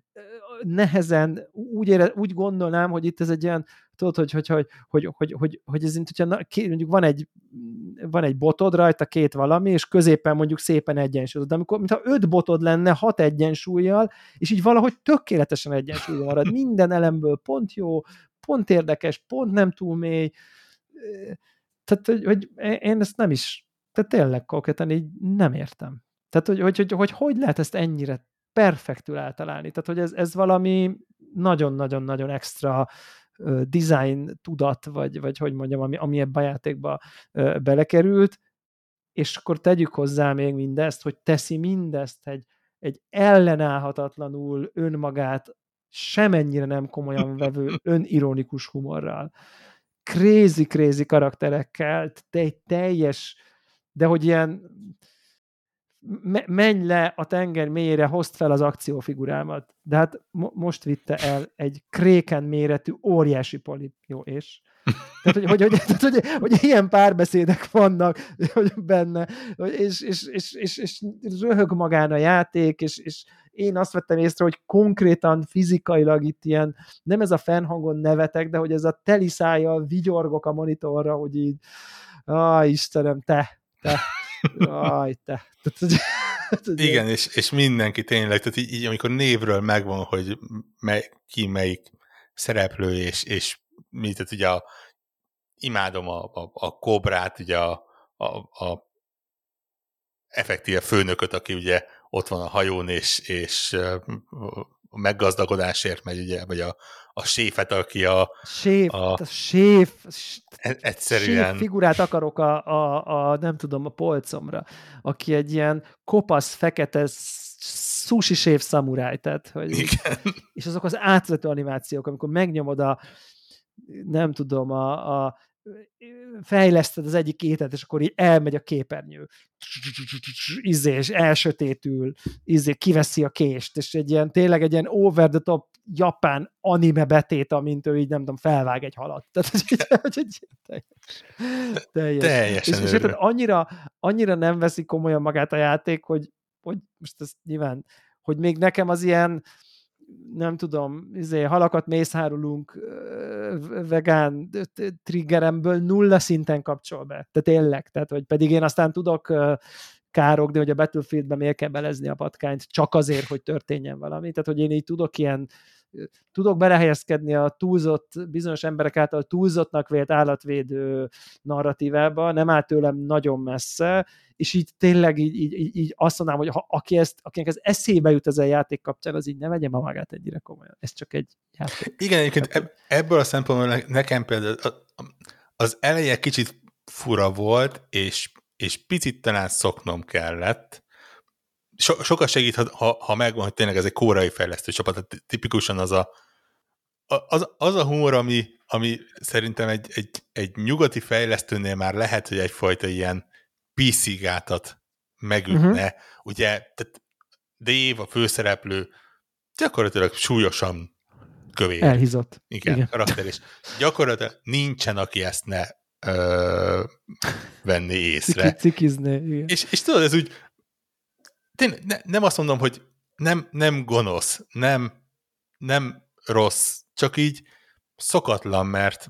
nehezen úgy gondolnám, hogy itt ez egy ilyen, tudod, hogy ez, hogyha mondjuk van egy botod rajta, 2 valami, és középen mondjuk szépen egyensúlyozod. De amikor, mintha 5 botod lenne 6 egyensúlyjal, és így valahogy tökéletesen egyensúlyban marad. Minden elemből pont jó, pont érdekes, pont nem túl mély. Tehát, hogy én ezt nem is, tehát tényleg konkrétan így nem értem. Tehát, hogy lehet ezt ennyire perfektül eltalálni. Tehát, hogy ez valami nagyon-nagyon-nagyon extra design tudat, vagy hogy mondjam, ami ebbe a játékba belekerült, és akkor tegyük hozzá még mindezt, hogy teszi mindezt egy ellenállhatatlanul önmagát semennyire nem komolyan vevő önironikus humorral. Crazy karakterekkel, teljes, de hogy ilyen menj le a tenger mélyére, hozd fel az akciófigurámat. De hát most vitte el egy kréken méretű óriási polip. Jó, és? Tehát, hogy ilyen párbeszédek vannak hogy benne, és röhög magán a játék, és én azt vettem észre, hogy konkrétan fizikailag itt ilyen, nem ez a fennhangon nevetek, de hogy ez a teli szájjal vigyorgok a monitorra, hogy így, Istenem, te. Te. Igen, és mindenki tényleg, tehát így amikor névről megvan, hogy ki melyik szereplő, és mi, tehát ugye imádom a Kobrát, ugye a effektíve főnököt, aki ugye ott van a hajón, és a meggazdagodásért megy, ugye, vagy a séfet, aki egyszerűen séf figurát akarok a nem tudom, a polcomra, aki egy ilyen kopasz, fekete sushi séf szamuráj, tehát, hogy és azok az átvető animációk, amikor megnyomod nem tudom, fejleszted az egyik ételt, és akkor így elmegy a képernyő. És elsötétül, kiveszi a kést, és tényleg egy ilyen over the top japán anime betét, amint ő így nem tudom, felvág egy halat. Tehát, teljesen és annyira nem veszi komolyan magát a játék, hogy most ez nyilván, hogy még nekem az ilyen nem tudom, halakat mészárulunk vegán triggeremből 0 szinten kapcsol be. Tehát tényleg, tehát, hogy pedig én aztán tudok károgni, hogy a Battlefieldben miért kell belezni a patkányt, csak azért, hogy történjen valami. Tehát, hogy én így tudok belehelyezkedni a túlzott, bizonyos emberek által túlzottnak vélt állatvédő narratívába, nem áll tőlem nagyon messze, és így tényleg így azt mondanám, hogy akinek ez eszébe jut ezen a játék kapcsán, az így ne vegye magát ennyire komolyan. Ez csak egy játék. Igen, egyébként ebből a szempontból nekem például az eleje kicsit fura volt, és picit talán szoknom kellett. Sokat segít, ha megvan, hogy tényleg ez egy koreai fejlesztő csapat, tehát tipikusan az a humor, ami szerintem egy nyugati fejlesztőnél már lehet, hogy egyfajta ilyen PC-gátat megütne. Ugye, tehát Dave, a főszereplő, gyakorlatilag súlyosan kövér. Elhízott. Igen, karakter, és gyakorlatilag nincsen, aki ezt ne venni észre. Cikizné, igen. És tudod, ez úgy tényleg, nem azt mondom, hogy nem gonosz, nem rossz, csak így szokatlan,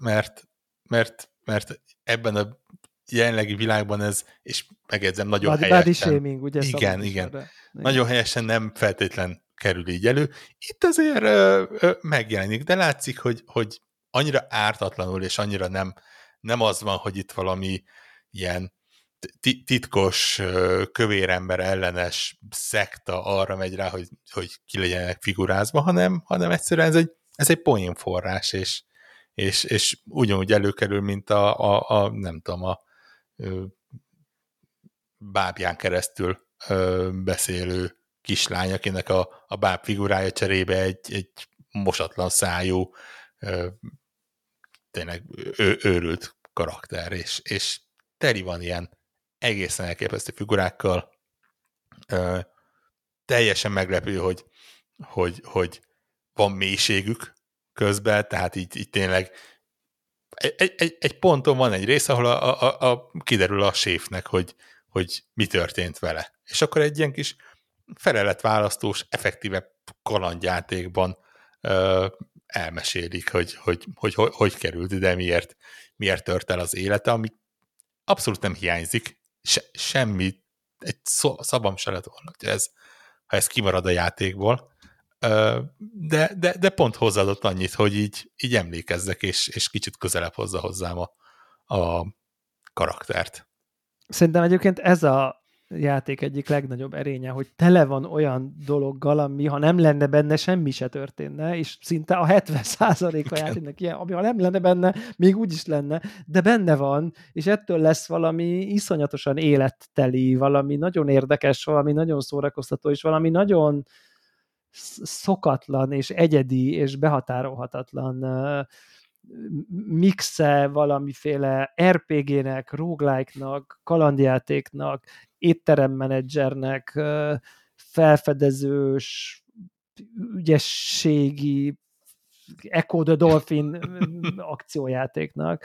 mert ebben a jelenlegi világban ez, és megjegyzem, nagyon Body helyesen. shaming, ugye Igen, szabad is igen. erre. Nagyon helyesen nem feltétlen kerül így elő. Itt azért megjelenik, de látszik, hogy annyira ártatlanul, és annyira nem az van, hogy itt valami ilyen titkos kövérember ellenes szekta arra megy rá, hogy ki legyenek figurázva, hanem egyszerűen ez egy poénforrás, és ugyanúgy előkerül, mint a nem tudom, a bábján keresztül beszélő kislány, akinek a báb figurája cserébe egy mosatlan szájú, tényleg őrült karakter, és teli van ilyen egészen elképesztő figurákkal. Teljesen meglepő, hogy van mélységük közben, tehát így tényleg egy ponton van egy rész, ahol kiderül a séfnek, hogy mi történt vele. És akkor egy ilyen kis feleletválasztós, effektíve kalandjátékban elmesélik, hogy került ide, miért tört el az élete, ami abszolút nem hiányzik. Semmi, egy szavam se lett volna, hogy ha ez kimarad a játékból. De pont hozzáadott annyit, hogy így emlékezzek, és kicsit közelebb hozza hozzám a karaktert. Szerintem egyébként ez a játék egyik legnagyobb erénye, hogy tele van olyan dologgal, ami ha nem lenne benne, semmi se történne, és szinte a 70% a játéknak ilyen, ami ha nem lenne benne, még úgy is lenne, de benne van, és ettől lesz valami iszonyatosan életteli, valami nagyon érdekes, valami nagyon szórakoztató, és valami nagyon szokatlan, és egyedi, és behatárolhatatlan mixe valamiféle RPG-nek, roguelike-nak, kalandjátéknak, étteremmenedzsernek, felfedezős, ügyességi, Echo the Dolphin akciójátéknak.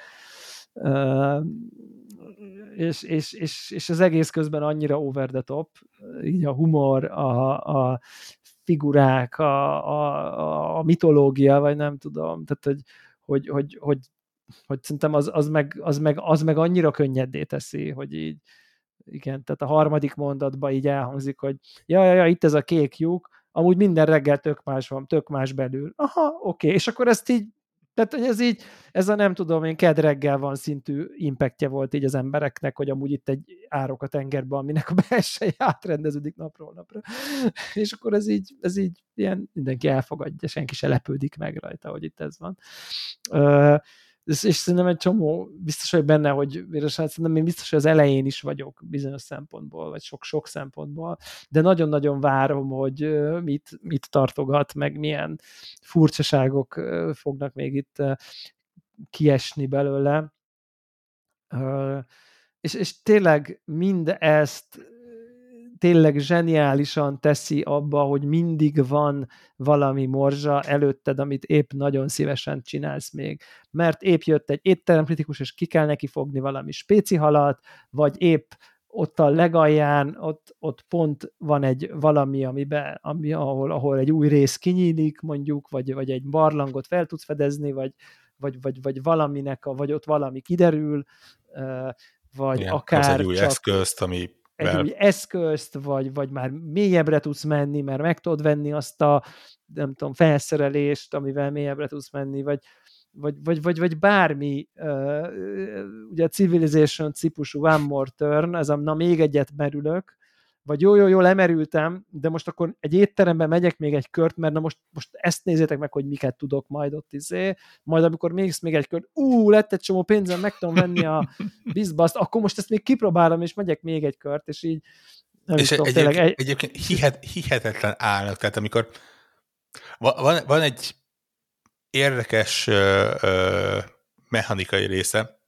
És az egész közben annyira over the top, így a humor, a figurák, a mitológia, vagy nem tudom, tehát hogy szerintem az meg annyira könnyedé teszi, hogy így igen, tehát a harmadik mondatban így elhangzik, hogy ja, itt ez a kék lyuk, amúgy minden reggel tök más van, tök más belül. Aha, oké, és akkor ezt így, tehát hogy ez a nem tudom én, kedd reggel van szintű impactja volt így az embereknek, hogy amúgy itt egy árok a tengerben, aminek a belseje átrendeződik napról napra. És akkor ez így ilyen mindenki elfogadja, senki se lepődik meg rajta, hogy itt ez van. És szerintem egy csomó, biztos vagy benne, hogy szerintem én biztos, hogy az elején is vagyok bizonyos szempontból, vagy sok-sok szempontból, de nagyon-nagyon várom, hogy mit tartogat, meg milyen furcsaságok fognak még itt kiesni belőle. És tényleg mindezt tényleg zseniálisan teszi abba, hogy mindig van valami morzsa előtted, amit épp nagyon szívesen csinálsz még. Mert épp jött egy étteremkritikus, és ki kell neki fogni valami spéci halat, vagy épp ott a legalján, ott pont van egy valami, ahol egy új rész kinyílik, mondjuk, vagy egy barlangot fel tudsz fedezni, vagy valaminek, vagy ott valami kiderül, vagy igen, akár egy új csak eszközt, egy új eszközt, vagy már mélyebbre tudsz menni, mert meg tudod venni azt a, nem tudom, felszerelést, amivel mélyebbre tudsz menni, vagy bármi, ugye a Civilization típusú One More Turn, ez a na még egyet merülök, vagy jó, lemerültem, de most akkor egy étteremben megyek még egy kört, mert na most ezt nézzétek meg, hogy miket tudok majd ott majd amikor mész még egy kört, lett egy csomó pénzem, meg tudom venni a bizbaszt, akkor most ezt még kipróbálom, és megyek még egy kört, és így nem és tudom, tényleg egyébként hihetetlen állnak, tehát amikor van egy érdekes mechanikai része,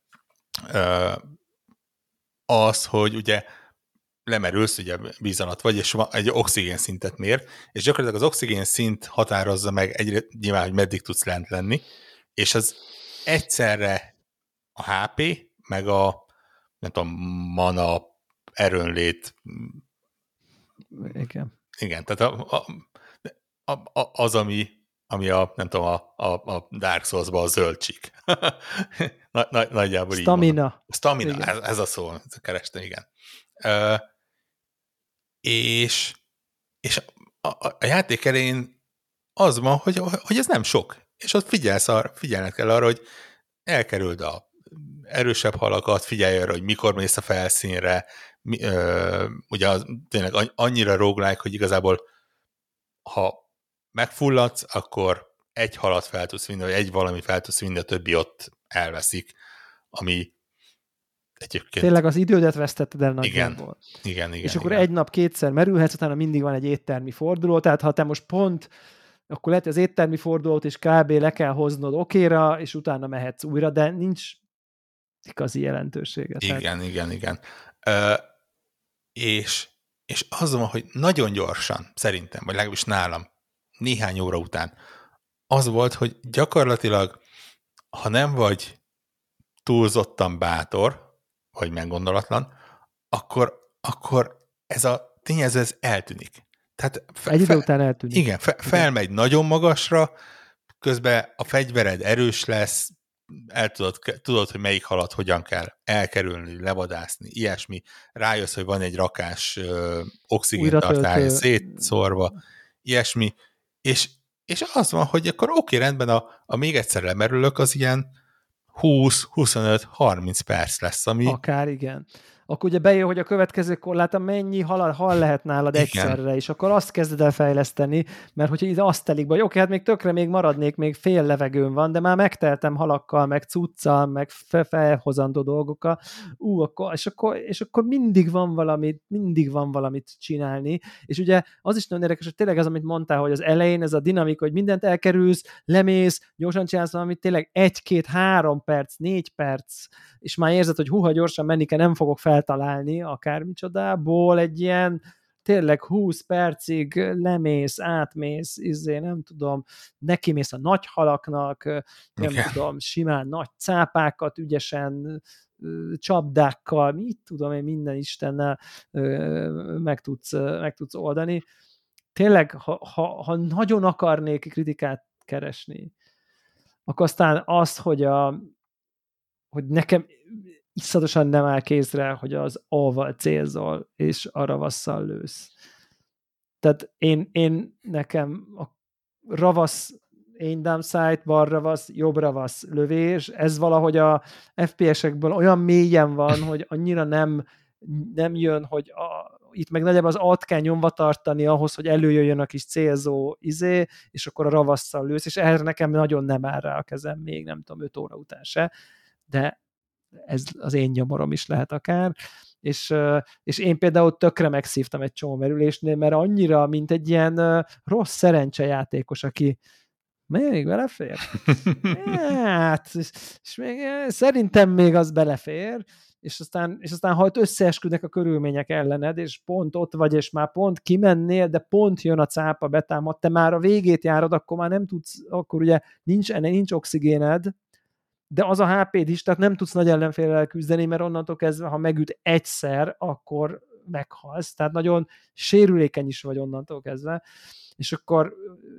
az, hogy ugye lemerülsz, ugye víz alatt vagy, és egy oxigén szintet mér, és gyakorlatilag az oxigén szint határozza meg egyre nyilván, hogy meddig tudsz lent lenni, és az egyszerre a HP, meg a nem tudom, mana, erőnlét. igen. Igen, tehát az, ami nem tudom, a Dark Souls-ban a zöld csík. Nagyjából Stamina. így van. Stamina, ez a szó, kerestem, igen. És a játék elején az van, hogy ez nem sok. És ott figyelned kell arra, hogy elkerüld a erősebb halakat, figyelj arra, hogy mikor mész a felszínre, ugye tényleg annyira roguelike, hogy igazából ha megfulladsz, akkor egy halat fel tudsz vinni, vagy egy valami fel tudsz vinni, a többi ott elveszik, ami egyébként... Tényleg az idődet vesztetted el nagyjából. Igen. És akkor egy nap kétszer merülhetsz, utána mindig van egy éttermi forduló, tehát ha te most pont, akkor lehet, hogy az éttermi fordulót is kb. Le kell hoznod okéra, és utána mehetsz újra, de nincs igazi jelentősége. Igen. És az van, hogy nagyon gyorsan, szerintem, vagy legalábbis nálam, néhány óra után, az volt, hogy gyakorlatilag, ha nem vagy túlzottan bátor, vagy meggondolatlan, akkor ez a tényező, ez eltűnik. Tehát egy idő után eltűnik. Igen, felmegy nagyon magasra, közben a fegyvered erős lesz, tudod, hogy melyik halat hogyan kell elkerülni, levadászni, ilyesmi. Rájössz, hogy van egy rakás oxigéntartály szétszórva, ilyesmi. És az van, hogy akkor oké, rendben, a még egyszer lemerülök, az ilyen 20-25-30 perc lesz, ami... Akár, igen. Akkor ugye bejön, hogy a következő korláton mennyi hal lehet nálad egyszerre, és akkor azt kezded el fejleszteni, mert hogyha itt azt telik be, oké, hát még tökre még maradnék, még fél levegőn van, de már megteltem halakkal, meg cuccal, meg felhozandó dolgokkal, és akkor mindig van valamit csinálni, és ugye az is nagyon érdekes, hogy tényleg az, amit mondtál, hogy az elején ez a dinamika, hogy mindent elkerülsz, lemész, gyorsan csinálsz valamit, tényleg 1-2-3 perc, 4 perc, és már érzed, hogy húha, gyorsan menni kell, nem fogok feltalálni akármicsodából, egy ilyen tényleg 20 percig lemész, átmész, nem tudom, nekimész a nagy halaknak, nem tudom, simán nagy cápákat ügyesen csapdákkal, mit tudom én, minden Istennel meg tudsz oldani. Tényleg, ha nagyon akarnék kritikát keresni, akkor aztán az, hogy nekem iszonyatosan nem áll kézre, hogy az A-val célzol, és a ravasszal lősz. Tehát én nekem a ravasz aim down sight, bal ravasz, jobb ravasz lövés, ez valahogy a FPS-ekből olyan mélyen van, hogy annyira nem jön, hogy itt meg nagyjából az alt kell nyomva tartani ahhoz, hogy előjöjjön a kis célzó és akkor a ravasszal lősz, és erre nekem nagyon nem áll rá a kezem még, nem tudom, 5 óra után se, de ez az én nyomorom is lehet akár, és én például tökre megszívtam egy csomó merülésnél, mert annyira, mint egy ilyen rossz szerencsejátékos, aki még belefér? Hát, és még, szerintem még az belefér, és aztán ha összeesküdnek a körülmények ellened, és pont ott vagy, és már pont kimennél, de pont jön a cápa, betámad, te már a végét járod, akkor már nem tudsz, akkor ugye nincs oxigéned, de az a HP-d is, tehát nem tudsz nagy ellenféllel küzdeni, mert onnantól kezdve, ha megüt egyszer, akkor meghalsz, tehát nagyon sérülékeny is vagy onnantól kezdve, és akkor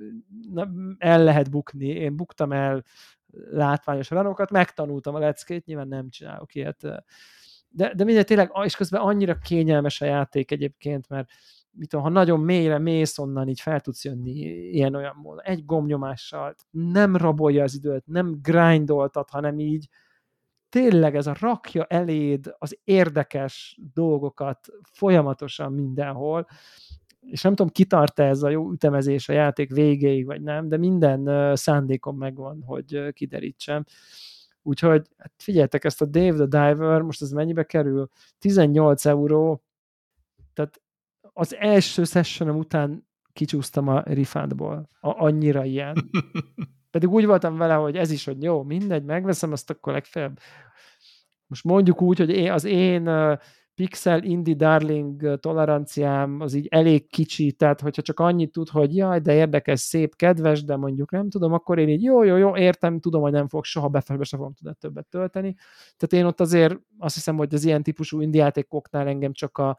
el lehet bukni. Én buktam el látványos runokat, megtanultam a leckét, nyilván nem csinálok ilyet, de mindegy, tényleg, és közben annyira kényelmes a játék egyébként, mert mit tudom, ha nagyon mélyre mész onnan, így fel tudsz jönni ilyen-olyan módon. Egy gombnyomással nem rabolja az időt, nem grindoltat, hanem így tényleg ez a rakja eléd az érdekes dolgokat folyamatosan mindenhol, és nem tudom, kitart-e ez a jó ütemezés a játék végéig, vagy nem, de minden szándékom megvan, hogy kiderítsem. Úgyhogy hát figyeljetek, ezt a Dave the Diver, most ez mennyibe kerül? 18 euró, tehát az első sessionom után kicsúsztam a refundból. Annyira ilyen. Pedig úgy voltam vele, hogy ez is, hogy jó, mindegy, megveszem, azt akkor legfeljebb. Most mondjuk úgy, hogy az én pixel indie darling toleranciám az így elég kicsi, tehát hogyha csak annyit tud, hogy jaj, de érdekes, szép, kedves, de mondjuk nem tudom, akkor én így jó, értem, tudom, hogy nem fog soha befelbe sem fogom tudni többet tölteni. Tehát én ott azért azt hiszem, hogy az ilyen típusú indie játékoknál engem csak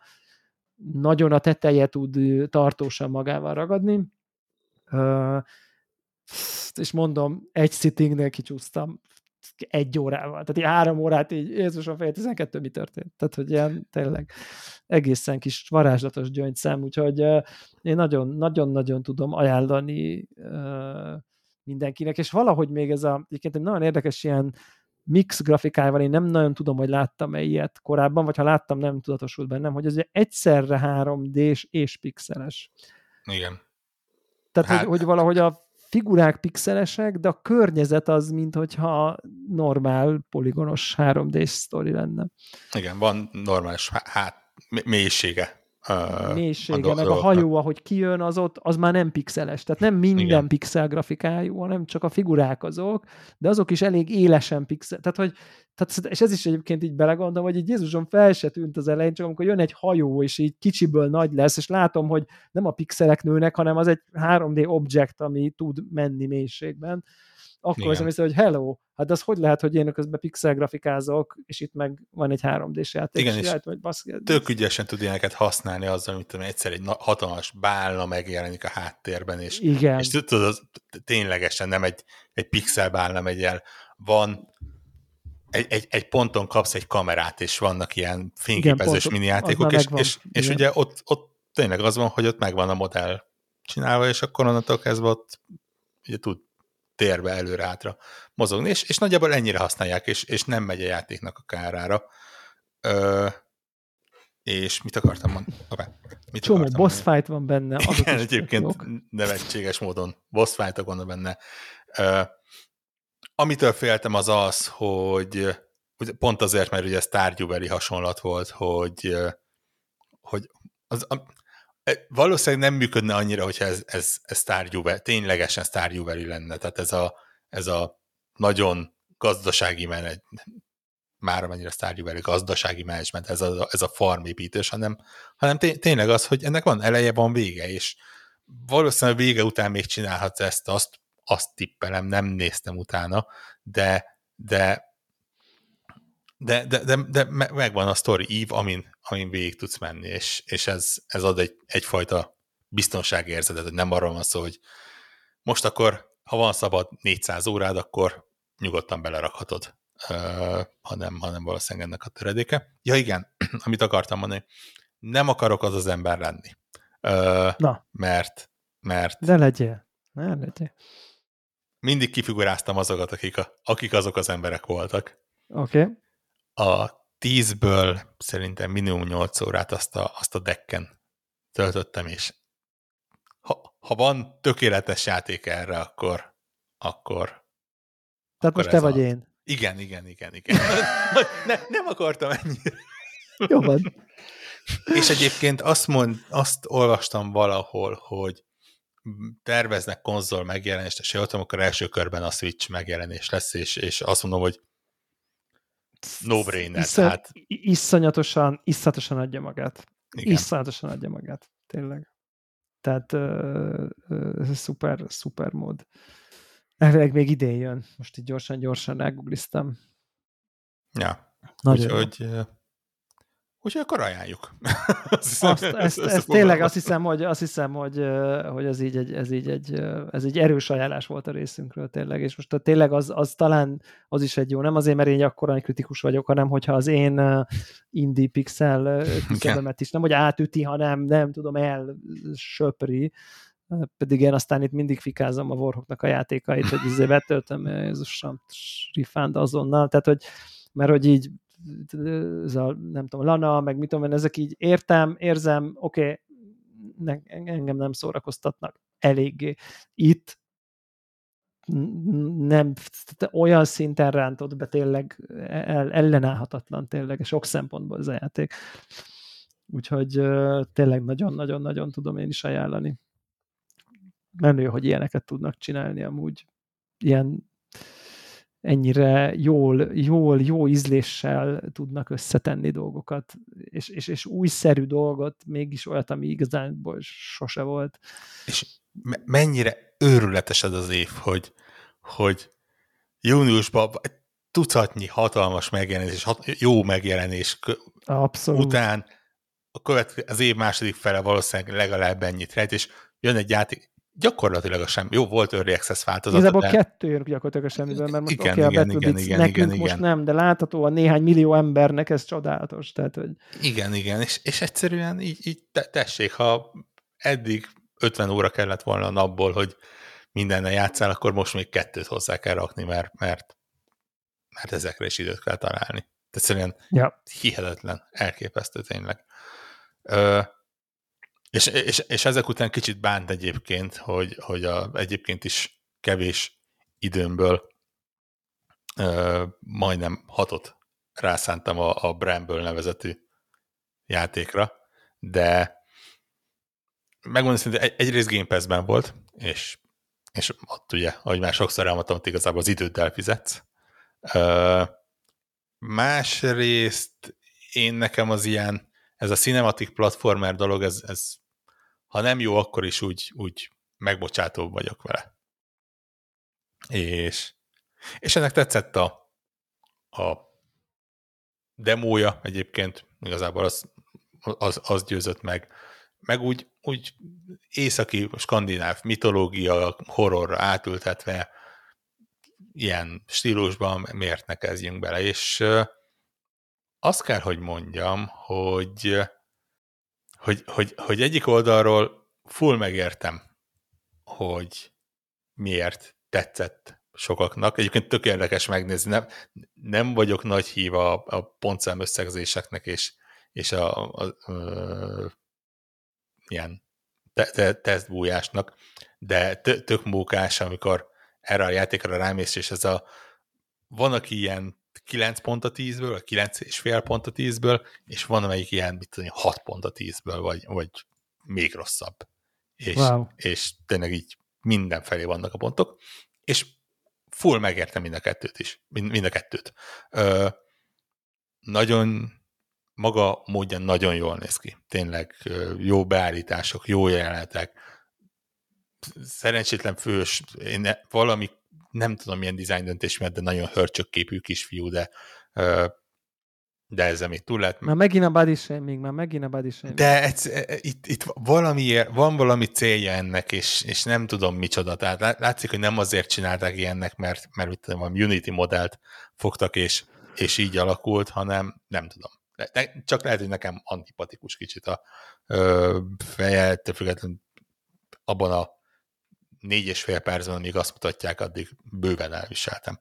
nagyon a teteje tud tartósan magával ragadni. és mondom, egy sittingnél kicsúsztam 1 órával. Tehát így 3 órát így, Jézusom fél 12 mi történt. Tehát, hogy ilyen tényleg egészen kis varázslatos gyöngyszem, úgyhogy én nagyon-nagyon tudom ajánlani mindenkinek, és valahogy még ez egyébként egy nagyon érdekes ilyen mix grafikájával, én nem nagyon tudom, hogy láttam-e ilyet korábban, vagy ha láttam, nem tudatosult bennem, hogy ez egyszerre 3D-s és pixeles. Igen. Tehát, hogy valahogy a figurák pixelesek, de a környezet az, minthogyha normál, poligonos 3D-s sztori lenne. Igen, van normális mélysége. Mélysége, meg a hajó, ahogy kijön, az már nem pixeles. Tehát nem minden Igen. pixel grafikájú, hanem csak a figurák azok, de azok is elég élesen pixel. És ez is egyébként így belegondolom, hogy így Jézusom fel se tűnt az elején, csak amikor jön egy hajó, és így kicsiből nagy lesz, és látom, hogy nem a pixelek nőnek, hanem az egy 3D object, ami tud menni mélységben. Akkor veszem észre, hogy hello, hát az hogy lehet, hogy én közben pixel grafikázok, és itt meg van egy 3D-s játék. Igen, és lehet, hogy tök ügyesen tud ilyeneket használni azzal, mint tudom, egyszer egy hatalmas bálna megjelenik a háttérben, és tudod, ténylegesen nem egy pixel bálna megy el. Van egy ponton kapsz egy kamerát, és vannak ilyen fényképezős minijátékok, és ugye ott tényleg az van, hogy ott megvan a modell csinálva, és akkor onnantól kezdve ott ugye tud térbe előre-hátra mozogni, és nagyjából ennyire használják, és nem megy a játéknak a kárára. És mit akartam mondani? Csomó boss fight van benne. Igen, egyébként nevetséges módon boss fightok vannak benne. Amitől féltem az, hogy pont azért, mert ugye ez tárgyúbeli hasonlat volt, hogy valószínűleg nem működne annyira, hogyha ez tárgyúbeli, ténylegesen tárgyúbeli lenne. Tehát ez a nagyon gazdasági már amennyire Stardew gazdasági menedzsment, ez a farmépítés, hanem tényleg az, hogy ennek van eleje, van vége, és valószínűleg vége után még csinálhatsz ezt, azt tippelem, nem néztem utána, de megvan a sztori ív, amin végig tudsz menni, és ez ad egyfajta biztonságérzetet, hogy nem arról van szó, hogy most akkor, ha van szabad 400 órád, akkor nyugodtan belerakhatod. Hanem valószínűleg ennek a töredéke. Ja igen, amit akartam mondani, nem akarok az ember lenni. Mert... Ne legyél. Mindig kifiguráztam azokat, akik azok az emberek voltak. Oké. A 10-ből szerintem minimum 8 órát azt a decken töltöttem, és ha van tökéletes játék erre, akkor tehát most te vagy én. Igen. Nem akartam ennyire. Jó van. És egyébként azt olvastam valahol, hogy terveznek konzol megjelenést, és jól tudom, akkor első körben a Switch megjelenés lesz, és azt mondom, hogy no-brainer. Iszonyatosan adja magát. Igen. Iszonyatosan adja magát. Tényleg. Tehát szuper mód. Elvileg még idén jön. Most így gyorsan elgoogliztam. Ja. Úgyhogy akkor ajánljuk. Ezt tényleg azt hiszem, hogy ez így erős ajánlás volt a részünkről tényleg, és most tényleg az talán az is egy jó, nem azért, mert én akkora kritikus vagyok, hanem hogyha az én indie pixel küszöbömet is nem, hogy átüti, hanem nem tudom, elsöpri, pedig én aztán itt mindig fikázom a Warhawknak a játékait, hogy ezért betöltöm, Jézusom, refund azonnal, tehát hogy, mert hogy így ez a, nem tudom, Lana, meg mit tudom én, ezek így érzem, oké, engem nem szórakoztatnak eléggé. Itt nem olyan szinten rántott be tényleg ellenállhatatlan tényleg, sok szempontból ez a játék. Úgyhogy tényleg nagyon-nagyon tudom én is ajánlani. Menő, hogy ilyeneket tudnak csinálni amúgy. Ilyen ennyire jó ízléssel tudnak összetenni dolgokat, és újszerű dolgot, mégis olyat, ami igazából sose volt. És mennyire őrületes ez az év, hogy júniusban tucatnyi hatalmas megjelenés, jó megjelenés Abszolút. után az év második fele valószínűleg legalább ennyit rejt, és jön egy játék, gyakorlatilag a semmi. Jó, volt Early Access változata, Igazából de... 2 ér gyakorlatilag a semmiből, mert most Igen, a igen, Battle igen, Blitz igen, nekünk igen, most igen. nem, de láthatóan néhány millió embernek ez csodálatos. Tehát, hogy... Igen, és egyszerűen így tessék, ha eddig 50 óra kellett volna a napból, hogy mindennel játszál, akkor most még 2 hozzá kell rakni, mert ezekre is időt kell találni. Egyszerűen hihetetlen, elképesztő tényleg. És ezek után kicsit bánt egyébként, hogy egyébként is kevés időmből majdnem 6-ot rászántam a Bramble nevezetű játékra, de megmondom, hogy egyrészt Game Pass-ben volt, és ott ugye, ahogy már sokszor elmondtam, ott igazából az időt elfizetsz. Másrészt nekem az ilyen, ez a cinematic platformer dolog, ez ha nem jó, akkor is úgy megbocsátóbb vagyok vele. És ennek tetszett a demója egyébként, igazából az győzött meg úgy északi, skandináv mitológia, horrorra átültetve ilyen stílusban miért ne kezdjünk bele, és azt kell, hogy mondjam, hogy egyik oldalról full megértem, hogy miért tetszett sokaknak. Egyébként tök érdekes megnézni. Nem vagyok nagy híva a pontszám összegzéseknek és a ilyen tesztbújásnak, de tök mókás, amikor erre a játékra rámész, és van, aki ilyen 9 pont a 10-ből, 9,5 pont a 10-ből, és van, amelyik ilyen, 6 pont a 10-ből, vagy még rosszabb. És tényleg így mindenfelé vannak a pontok, és full megértem mind a kettőt is. Mind a kettőt. Nagyon maga módján nagyon jól néz ki. Tényleg jó beállítások, jó jelenetek, szerencsétlen fős, valami, nem tudom milyen dizájn döntés miatt, de nagyon hörcsökképű kisfiú, de ezzel még túl lehet. Már megint a body shaming. De itt van valami célja ennek, és nem tudom micsoda. Tehát látszik, hogy nem azért csinálták ilyennek, mert mit tudom, a Unity modellt fogtak, és így alakult, hanem nem tudom. Csak lehet, hogy nekem antipatikus kicsit a feje, ettől függetlenül abban a 4,5 percben, amíg azt mutatják, addig bőven elviseltem.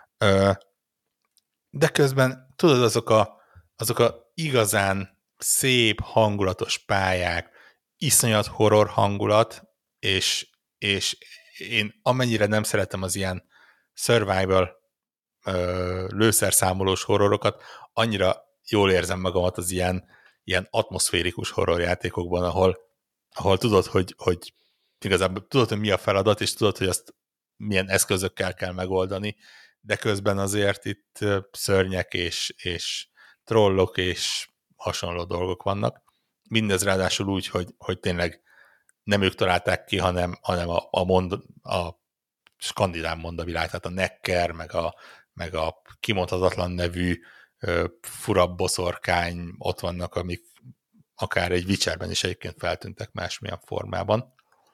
De közben, tudod, azok a igazán szép, hangulatos pályák, iszonyat horror hangulat, és én amennyire nem szeretem az ilyen survival lőszerszámolós horrorokat, annyira jól érzem magamat az ilyen atmoszférikus horrorjátékokban, ahol tudod, hogy igazából tudod, hogy mi a feladat, és tudod, hogy azt milyen eszközökkel kell megoldani, de közben azért itt szörnyek és trollok és hasonló dolgok vannak. Mindez ráadásul úgy, hogy tényleg nem ők találták ki, hanem a skandináv mondavilág, tehát a Necker, meg a kimondhatatlan nevű furabb boszorkány ott vannak, amik akár egy Witcherben is egyébként feltűntek másmilyen formában.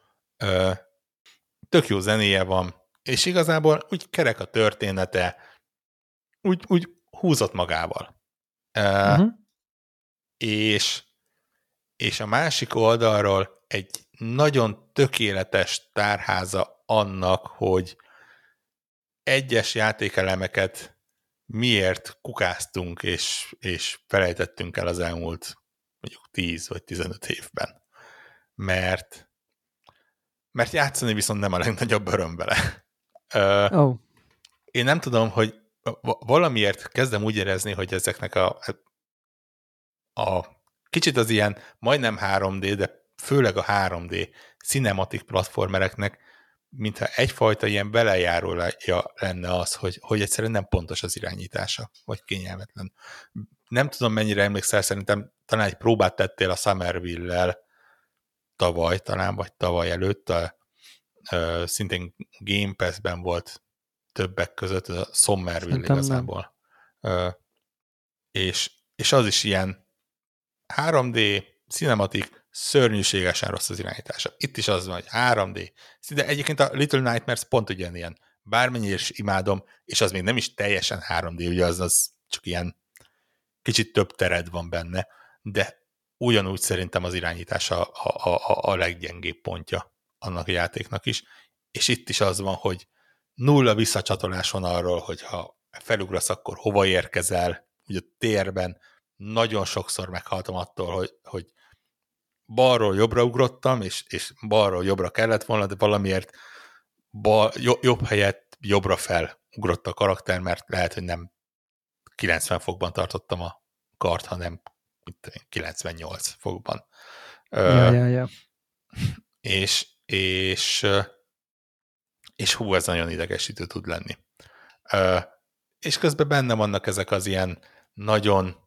Tök jó zenéje van, és igazából úgy kerek a története, úgy húzott magával. És a másik oldalról egy nagyon tökéletes tárháza annak, hogy egyes játékelemeket miért kukáztunk és felejtettünk el az elmúlt mondjuk 10 vagy 15 évben. Mert játszani viszont nem a legnagyobb öröm vele. Én nem tudom, hogy valamiért kezdem úgy érezni, hogy ezeknek a kicsit az ilyen majdnem 3D, de főleg a 3D cinematic platformereknek, mintha egyfajta ilyen belejárója lenne az, hogy egyszerűen nem pontos az irányítása, vagy kényelmetlen. Nem tudom, mennyire emlékszel, szerintem talán egy próbát tettél a Somerville-lel tavaly, vagy tavaly előtt, szintén Game Pass-ben volt többek között, a Somerville igazából. És az is ilyen 3D, cinematic, szörnyűségesen rossz az irányítása. Itt is az van, hogy 3D. De egyébként a Little Nightmares pont ugyanilyen. Bármennyire is imádom, és az még nem is teljesen 3D, ugye az csak ilyen kicsit több tered van benne, de ugyanúgy szerintem az irányítása a leggyengébb pontja annak a játéknak is. És itt is az van, hogy nulla visszacsatolás van arról, hogy ha felugrasz, akkor hova érkezel. Ugye a térben nagyon sokszor meghaltam attól, hogy balról jobbra ugrottam, és balról jobbra kellett volna, de valamiért jobb helyett jobbra fel ugrott a karakter, mert lehet, hogy nem 90 fokban tartottam a kart, hanem 98 fokban. Ja. És hú, ez nagyon idegesítő tud lenni. És közben benne vannak ezek az ilyen nagyon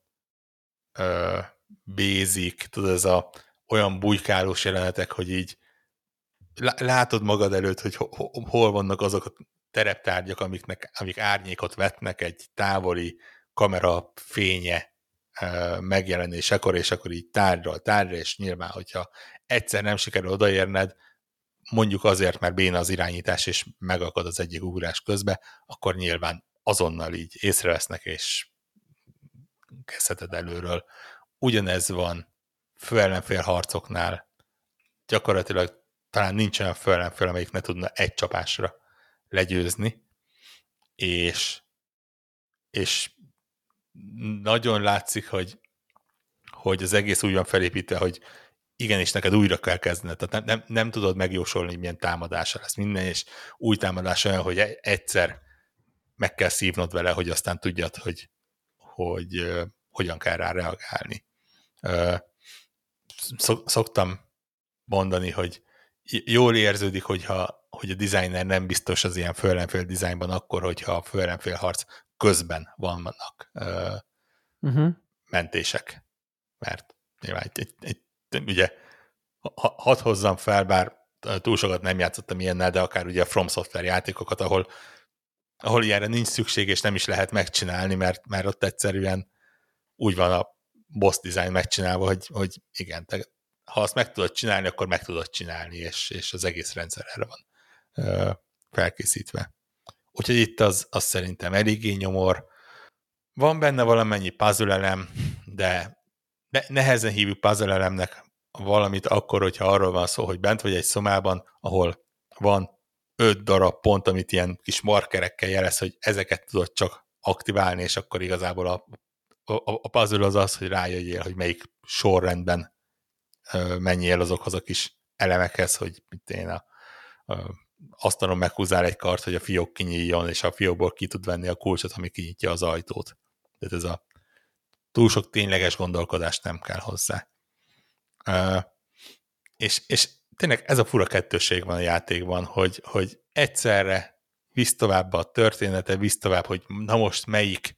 basic, tudod, ez olyan bujkálós jelenetek, hogy így látod magad előtt, hogy hol vannak azok a tereptárgyak, amik árnyékot vetnek egy távoli kamera fénye megjelenésekor, és akkor így tárgyra, és nyilván, hogyha egyszer nem sikerül odaérned, mondjuk azért, mert béna az irányítás, és megakad az egyik ugrás közbe, akkor nyilván azonnal így észrevesznek, és kezdheted előről. Ugyanez van fő-ellenfél harcoknál. Gyakorlatilag talán nincs olyan fő-ellenfél, amelyik ne tudna egy csapásra legyőzni, és nagyon látszik, hogy az egész úgy van felépítve, hogy igenis neked újra kell kezdened, tehát nem tudod megjósolni, hogy milyen támadása lesz minden, és új támadás olyan, hogy egyszer meg kell szívnod vele, hogy aztán tudjad, hogy hogyan kell rá reagálni. Szoktam mondani, hogy jól érződik, hogy a designer nem biztos az ilyen fő-ellenfél dizájnban akkor, hogyha a fő-ellenfél harc közben vannak mentések. Mert nyilván ugye hadd hozzam fel, bár túl sokat nem játszottam ilyennel, de akár ugye a From Software játékokat, ahol ilyenre nincs szükség, és nem is lehet megcsinálni, mert ott egyszerűen úgy van a boss design megcsinálva, hogy igen, ha azt meg tudod csinálni, akkor meg tudod csinálni, és az egész rendszer erre van felkészítve. Úgyhogy itt az szerintem eléggé nyomor. Van benne valamennyi puzzle elem, de nehezen hívjuk puzzle elemnek valamit akkor, hogyha arról van szó, hogy bent vagy egy szobában, ahol van 5 darab pont, amit ilyen kis markerekkel jelez, hogy ezeket tudod csak aktiválni, és akkor igazából a puzzle az, hogy rájöjjél, hogy melyik sorrendben menjél azokhoz a kis elemekhez, hogy én asztalon meghúzál egy kart, hogy a fiók kinyíljon, és a fiókból ki tud venni a kulcsot, ami kinyitja az ajtót. Tehát ez túl sok tényleges gondolkodást nem kell hozzá. És tényleg ez a fura kettősség van a játékban, hogy egyszerre visz tovább a története, visz tovább, hogy na most melyik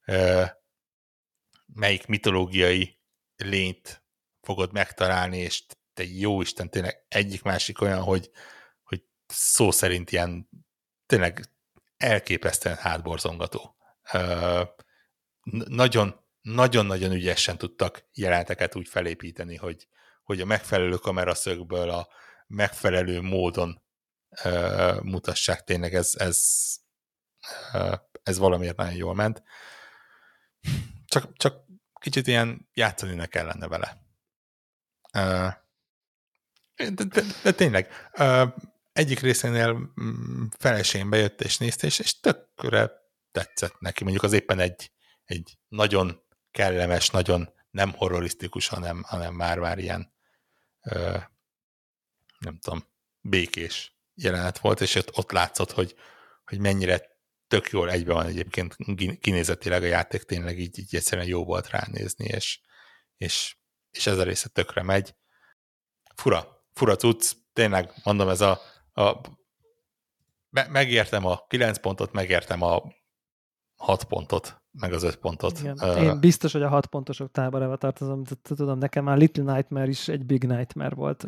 mitológiai lényt fogod megtalálni, és te jóisten, tényleg egyik-másik olyan, hogy szó szerint ilyen tényleg elképesztően hátborzongató. Nagyon-nagyon ügyesen tudtak jeleneteket úgy felépíteni, hogy a megfelelő kameraszögből a megfelelő módon mutassák. Tényleg ez valamiért nagyon jól ment. Csak kicsit ilyen játszani ne kellene vele. De tényleg, egyik részénél felesén bejött és nézte, és tökre tetszett neki. Mondjuk az éppen egy nagyon kellemes, nagyon nem horrorisztikus, hanem már ilyen nem tudom, békés jelenet volt, és ott látszott, hogy mennyire tök jól egybe van egyébként kinézetileg a játék, tényleg így egyszerűen jó volt ránézni, és ez a része tökre megy. Fura cucc, tényleg mondom, ez megértem a 9 pontot, megértem a 6 pontot, meg az 5 pontot. Igen. Én biztos, hogy a 6 pontosok táborába tartozom, tudom, nekem már Little Nightmare is egy Big Nightmare volt,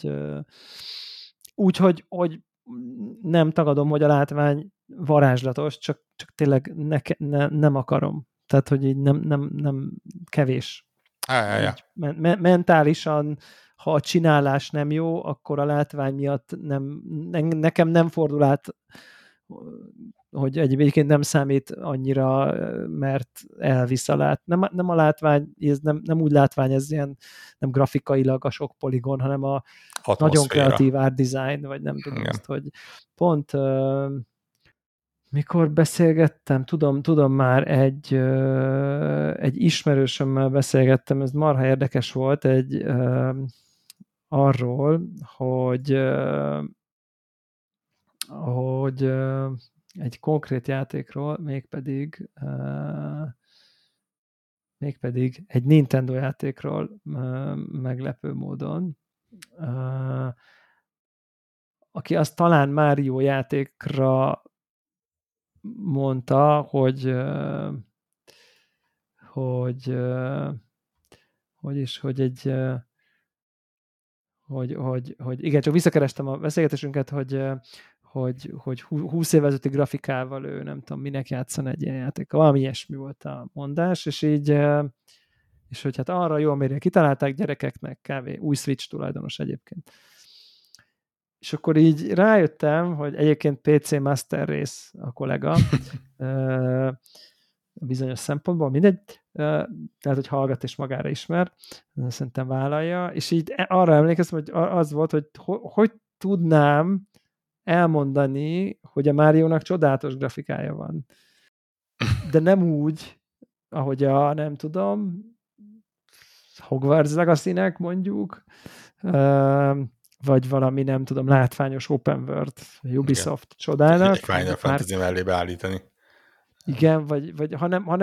úgyhogy nem tagadom, hogy a látvány varázslatos, csak tényleg nem akarom. Tehát, hogy így nem kevés. Ja. Mentálisan ha a csinálás nem jó, akkor a látvány miatt nekem nem fordul át, hogy egyébként nem számít annyira, mert elvisz nem a látvány, ez nem úgy látvány, ez ilyen nem grafikailag a sok poligon, hanem a nagyon kreatív art design, vagy nem tudom azt, hogy pont mikor beszélgettem, tudom már egy ismerősömmel beszélgettem, ez marha érdekes volt, arról, hogy egy konkrét játékról, mégpedig egy Nintendo játékról meglepő módon, aki azt talán Mario játékra mondta, hogy igen, csak visszakerestem a beszélgetésünket, hogy 20 évvel ezelőtti grafikával ő nem tudom, minek játszan egy ilyen játékkal. Valami ilyesmi volt a mondás, és hogy hát arra jó, amire kitalálták gyerekeknek, kávé, új Switch tulajdonos egyébként. És akkor így rájöttem, hogy egyébként PC Master Race a kollega, bizonyos szempontból, mindegy, tehát, hogy hallgat és magára ismer, szerintem vállalja, és így arra emlékeztem, hogy az volt, hogy tudnám elmondani, hogy a Máriónak csodálatos grafikája van. De nem úgy, ahogy nem tudom, Hogwarts Legacy-nek mondjuk, vagy valami, nem tudom, látványos open world, Ubisoft igen. Csodának. Egy Final Fantasy mellé beállítani. Igen, vagy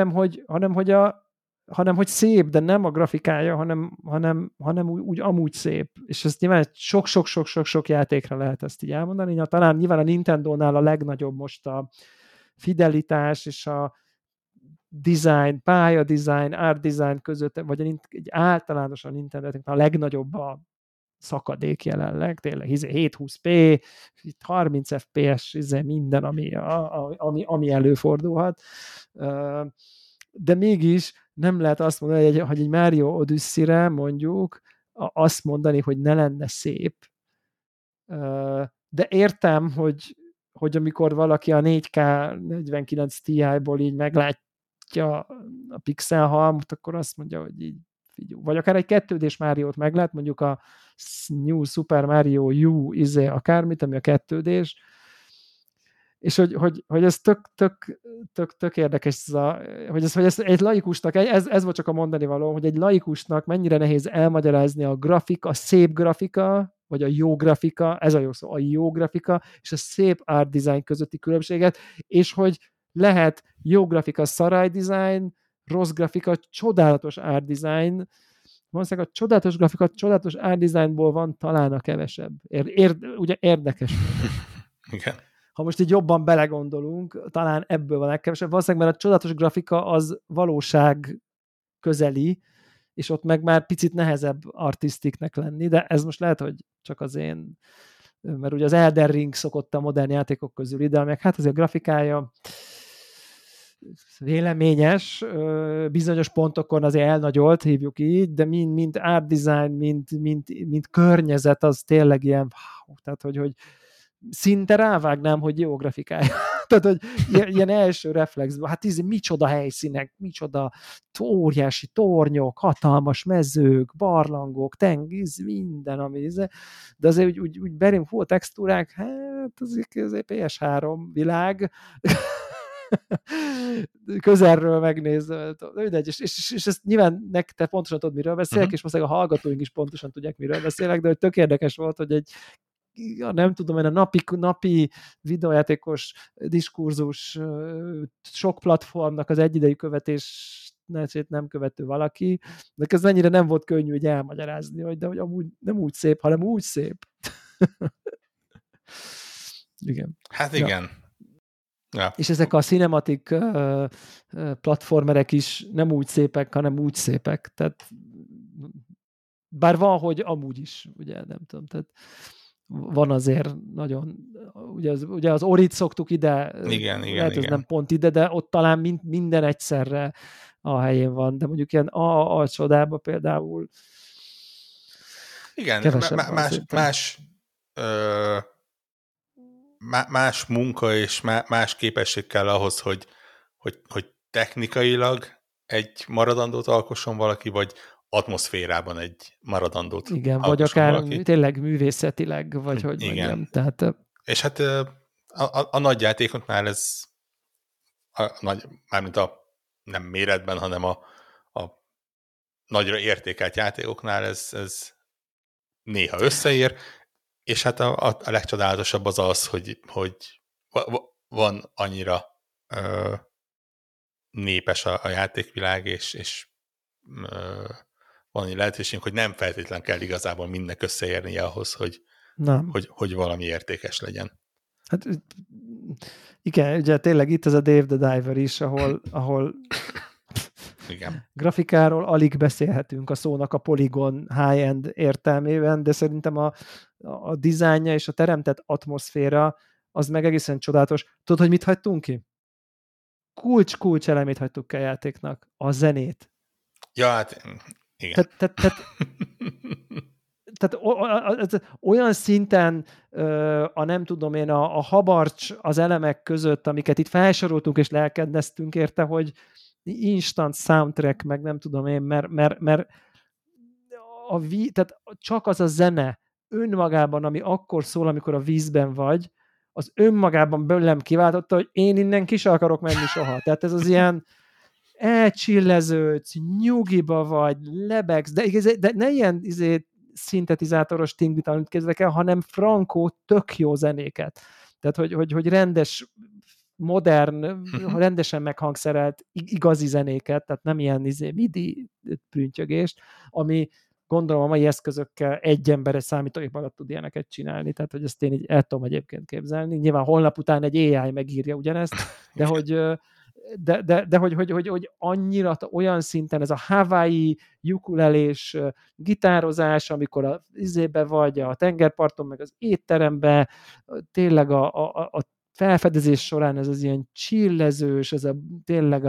hanem hogy szép, de nem a grafikája, hanem úgy amúgy szép. És ezt nyilván sok játékra lehet ezt így elmondani. Talán nyilván a Nintendo-nál a legnagyobb most a fidelitás és a design, pálya design, art design között, vagy egy általánosan Nintendo-nek a legnagyobb a szakadék jelenleg, tényleg 720p, 30 fps, minden, ami előfordulhat. De mégis nem lehet azt mondani, hogy egy Mario Odyssey-re mondjuk azt mondani, hogy ne lenne szép. De értem, hogy amikor valaki a 4K 49 Ti-ból így meglátja a pixel halmot, akkor azt mondja, hogy így figyelj. Vagy akár egy 2D-s Máriót meglát, mondjuk a New Super Mario U akármit, ami a 2D-s, és hogy ez tök érdekes, hogy ez egy laikusnak, ez volt csak a mondani való, hogy egy laikusnak mennyire nehéz elmagyarázni a szép grafika, vagy a jó grafika, ez a jó szó, a jó grafika, és a szép art design közötti különbséget, és hogy lehet jó grafika szarály design, rossz grafika, csodálatos art design, valószínűleg a csodálatos grafika, csodálatos art designból van talán a kevesebb. Ugye érdekes. Igen. Ha most így jobban belegondolunk, talán ebből van legkevesebb. Valószínűleg, mert a csodálatos grafika az valóság közeli, és ott meg már picit nehezebb artisztiknek lenni, de ez most lehet, hogy csak az én, mert ugye az Elden Ring szokott a modern játékok közül ide, meg hát azért a grafikája véleményes, bizonyos pontokon azért elnagyolt, hívjuk így, de mint art design, mint környezet, az tényleg ilyen, wow, tehát hogy szinte rávágnám, hogy jó grafikája. Tehát, hogy ilyen első reflexben, hát micsoda helyszínek, micsoda óriási tornyok, hatalmas mezők, barlangok, minden, ami de azért úgy berém, hú, a textúrák, hát azért PS3 világ, közelről megnézve, és ezt nyilván te pontosan tudod, miről beszélek, és most a hallgatóink is pontosan tudják, miről beszélek, de hogy tök érdekes volt, hogy nem tudom én, a napi videójátékos diskurzus sok platformnak az egyidejű követését nem követő valaki, de ez ennyire nem volt könnyű így elmagyarázni, de hogy amúgy nem úgy szép, hanem úgy szép. Igen. Hát igen. Ja. És ezek a cinematic platformerek is nem úgy szépek, hanem úgy szépek. Tehát bár van, hogy amúgy is, ugye nem tudom, tehát van azért nagyon, ugye az Orit szoktuk ide, igen, lehet ez nem pont ide, de ott talán minden egyszerre a helyén van, de mondjuk ilyen a csodában például Igen, Kevesebb van szerintem. Más munka és más képesség kell ahhoz, hogy technikailag egy maradandót alkosson valaki, vagy atmoszférában egy maradandót Igen, vagy alkosson akár valaki. tényleg művészetileg, vagy hogy Igen. mondjam. Tehát, És hát a nagy játékoknál ez mármint nem méretben, hanem a nagyra értékelt játékoknál ez néha összeér, és hát a legcsodálatosabb az, hogy van annyira népes a játékvilág, és van annyi lehetőség, hogy nem feltétlen kell igazából mindnek összeérnie ahhoz, nem. hogy valami értékes legyen. Hát igen, ugye tényleg itt ez a Dave the Diver is, ahol Igen. grafikáról alig beszélhetünk a szónak a polygon high-end értelmében, de szerintem a dizájnja és a teremtett atmoszféra az meg egészen csodálatos. Tudod, hogy mit hagytunk ki? Kulcs elemét hagytuk ki a játéknak. A zenét. Ja, hát igen. Tehát olyan szinten nem tudom én, a habarcs az elemek között, amiket itt felsoroltunk és lelkedeztünk érte, hogy instant soundtrack, meg nem tudom én, mert tehát csak az a zene önmagában, ami akkor szól, amikor a vízben vagy, az önmagában belőlem kiváltotta, hogy én innen ki sem akarok menni soha. Tehát ez az ilyen elcsilleződsz, nyugiba vagy, lebegsz, de ne ilyen szintetizátoros tingbit, amit kezdek el, hanem frankó, tök jó zenéket. Tehát, hogy rendes, modern, rendesen meghangszerelt, igazi zenéket, tehát nem ilyen midi prüntjögést, ami gondolom a mai eszközökkel egy ember egy számítógép alatt tud ilyeneket csinálni, tehát hogy ezt én így el tudom egyébként képzelni. Nyilván holnap után egy AI megírja ugyanezt, de hogy annyira olyan szinten ez a Hawaii ukulelés gitározás, amikor a izébe vagy a tengerparton, meg az étterembe, tényleg a felfedezés során ez az ilyen csillezős, ez tényleg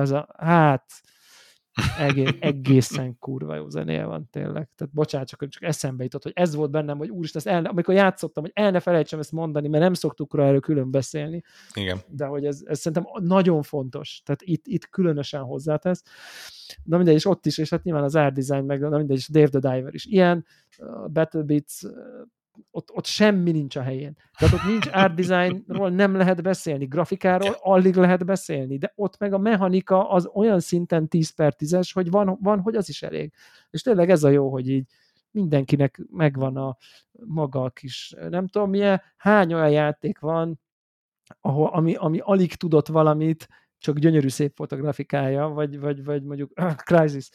egészen kurva jó zenéje van tényleg. Tehát bocsánat, csak eszembe jutott, hogy ez volt bennem, hogy úristen, amikor játszottam, hogy el ne felejtsem ezt mondani, mert nem szoktuk rá erről külön beszélni. Igen. De hogy ez szerintem nagyon fontos. Tehát itt különösen hozzátesz. Na mindegy, és ott is, és hát nyilván az art design, meg na mindegy, és Dave the Diver is ilyen, BattleBits, ott semmi nincs a helyén. Tehát ott nincs art designról, nem lehet beszélni, grafikáról alig lehet beszélni, de ott meg a mechanika az olyan szinten 10/10-es, hogy van, hogy az is elég. És tényleg ez a jó, hogy így mindenkinek megvan a maga kis, nem tudom milyen, hány olyan játék van, ami alig tudott valamit, csak gyönyörű szép volt a grafikája, vagy mondjuk Crysis.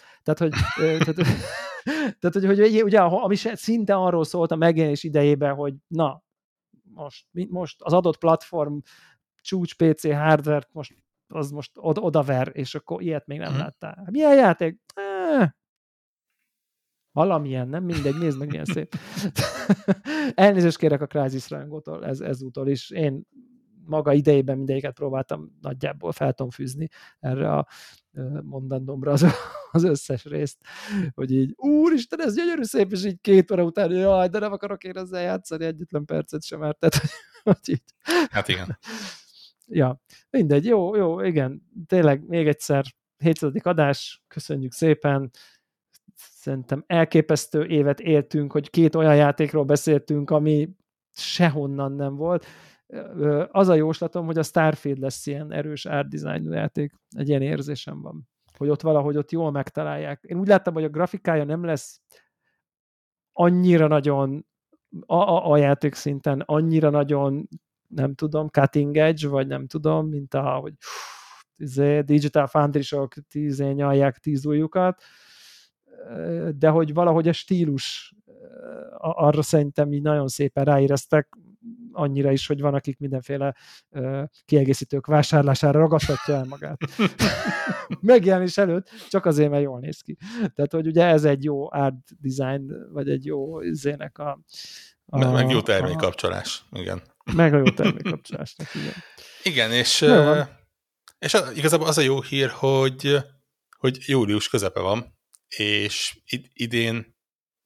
Tehát, hogy ugye, ami szinte arról szólt a megjelenés idejében, hogy na, most az adott platform csúcs PC hardware most odaver, és akkor ilyet még nem láttál. Milyen játék? Valamilyen, nem mindegy, nézd meg, milyen szép. Elnézést kérek a Crysis rajongótól ezúttal is. Én maga idejében mindegyiket próbáltam nagyjából fel tudom fűzni erre a mondandómra az összes részt, hogy így, úristen, ez gyönyörű szép, és így 2 óra után, jaj, de nem akarok én ezzel játszani egyetlen percet sem, mert tehát, hogy így. Hát igen. Ja, mindegy, jó, igen, tényleg még egyszer 7. adás, köszönjük szépen, szerintem elképesztő évet éltünk, hogy 2 olyan játékról beszéltünk, ami sehonnan nem volt. Az a jóslatom, hogy a Starfield lesz ilyen erős art designú játék. Egy ilyen érzésem van. Hogy ott valahogy ott jól megtalálják. Én úgy láttam, hogy a grafikája nem lesz annyira nagyon a játék szinten, annyira nagyon nem tudom, cutting edge, vagy nem tudom, mint hogy Digital Foundry-sok nyalják 10 ujjukat, de hogy valahogy a stílus arra szerintem így nagyon szépen ráéreztek, annyira is, hogy van, akik mindenféle kiegészítők vásárlására ragasztatja el magát. Megjelenés előtt, csak azért, mert jól néz ki. Tehát, hogy ugye ez egy jó art design, vagy egy jó izének meg jó termékkapcsolás, igen. Meg a jó termékkapcsolásnak, igen. Igen, és igazából az a jó hír, hogy július közepe van, és idén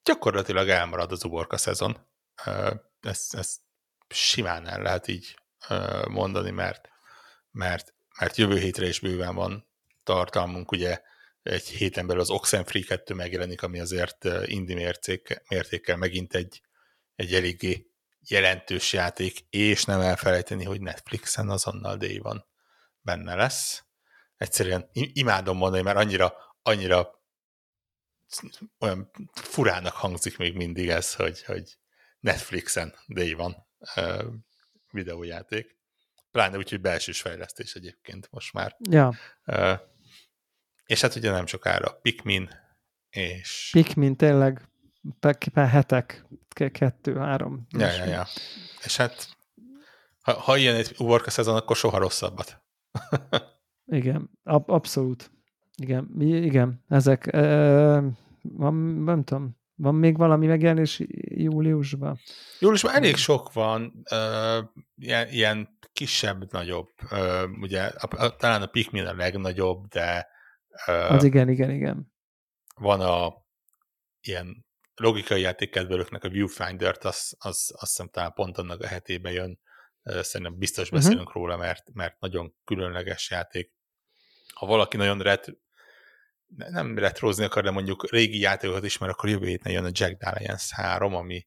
gyakorlatilag elmarad az uborka szezon. Ezt simán el lehet így mondani, mert jövő hétre is bőven van tartalmunk, ugye egy héten belül az Oxenfree 2 megjelenik, ami azért indie mértékkel megint egy eléggé jelentős játék, és nem elfelejteni, hogy Netflixen azonnal day van benne lesz. Egyszerűen imádom mondani, mert annyira olyan furának hangzik még mindig ez, hogy Netflixen day van videójáték. Pláne úgy, hogy belsős fejlesztés egyébként most már. Ja. És hát ugye nem sokára Pikmin, és... Pikmin tényleg hetek, 2-3. Ja. És hát ha ilyen egy uborka szezon, akkor soha rosszabbat. Igen, abszolút. Igen, ezek, nem tudom, van még valami megjelenés júliusban? Júliusban elég sok van, ilyen kisebb-nagyobb, ugye talán a Pikmin a legnagyobb, de az igen. Van ilyen logikai játékkedvelőknek a Viewfinder-t, azt hiszem talán pont annak a hetében jön, szerintem biztos beszélünk róla, mert nagyon különleges játék. Ha valaki nagyon nem retrozni akar, de mondjuk régi játékokat ismer, akkor jövő héten jön a Jagged Alliance 3, ami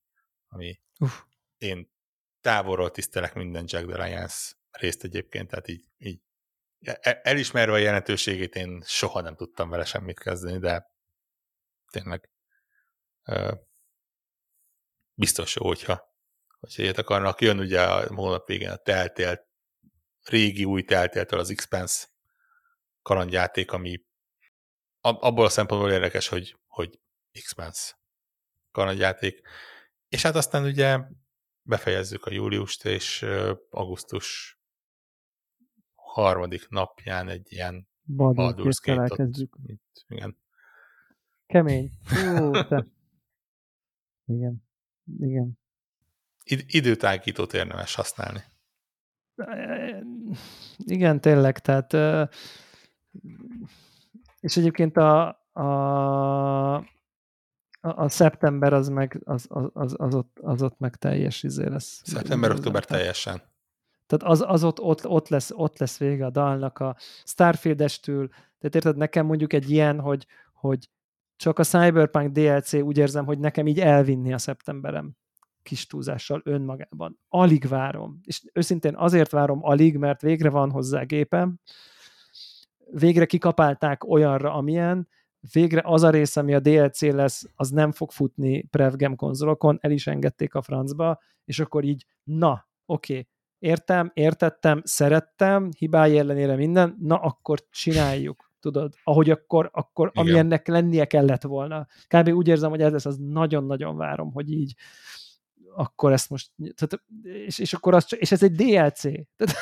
én távolról tisztelek minden Jagged Alliance részt egyébként, tehát így elismerve a jelentőségét én soha nem tudtam vele semmit kezdeni, de tényleg biztos jó, hogyha ilyet akarnak. Jön ugye a hónap végén a Telltale, régi új Telltale-től az Expanse kalandjáték, ami abból a szempontból érdekes, hogy Expanse kalandjáték. És hát aztán ugye befejezzük a júliust, és augusztus 3. napján egy ilyen Baldur's Gate-ot. Igen. Kemény. Te. Igen. Időtágítót érdemes használni. Igen, tényleg, tehát és egyébként a szeptember az meg az ott meg teljes lesz. Szeptember-október teljesen. Tehát az ott lesz vége a dalnak a Starfield-estől. Tehát érted, nekem mondjuk egy ilyen, hogy csak a Cyberpunk DLC úgy érzem, hogy nekem így elvinni a szeptemberem kis túlzással önmagában. Alig várom. És őszintén azért várom alig, mert végre van hozzá gépem, végre kikapálták olyanra, amilyen, végre az a rész, ami a DLC lesz, az nem fog futni prevgem konzolokon, el is engedték a francba, és akkor így, oké, értettem, szerettem, hibái ellenére minden, akkor csináljuk, tudod, ahogy akkor ami ennek lennie kellett volna. Kb. Úgy érzem, hogy ez lesz, az nagyon-nagyon várom, hogy így akkor ezt most, tehát, és akkor és ez egy DLC. Tehát,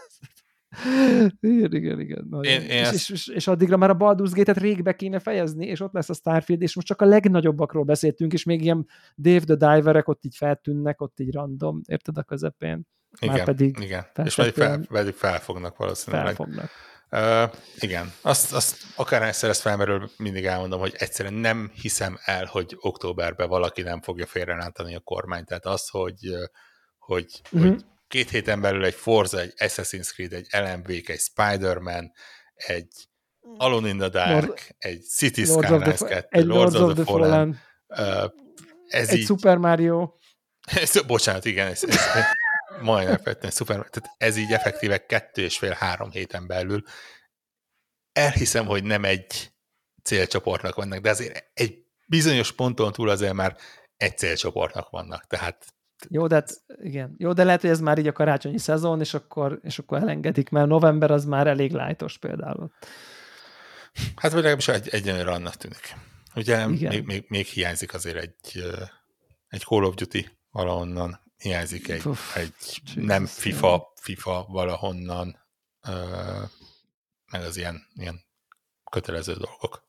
igen. És addigra már a Baldur's Gate-et rég be kéne fejezni, és ott lesz a Starfield, és most csak a legnagyobbakról beszéltünk, és még ilyen Dave the Diverek ott így feltűnnek, ott így random, érted, a közepén. Igen. És pedig felfognak valószínűleg. Felfognak. Igen. Azt akárhányszer ezt felmerül, mindig elmondom, hogy egyszerűen nem hiszem el, hogy októberben valaki nem fogja félrerántani a kormányt. Tehát az, hogy 2 héten belül egy Forza, egy Assassin's Creed, egy LMV, egy Spider-Man, egy Alone in the Dark, egy City Skylines 2, egy Lords of the Fallen, egy Super Mario. Bocsánat, igen, majdnem feltétlenül Super Mario. Tehát ez így effektíve 2,5-3 héten belül. Elhiszem, hogy nem egy célcsoportnak vannak, de azért egy bizonyos ponton túl azért már egy célcsoportnak vannak, tehát jó, de igen. Jó, de lehet, hogy ez már így a karácsonyi szezon, és akkor elengedik, mert november az már elég lájtos például. Hát vagy legalábbis egyenlőre annak tűnik. Ugye még hiányzik azért egy Call of Duty valahonnan, hiányzik egy nem FIFA valahonnan, meg az ilyen kötelező dolgok.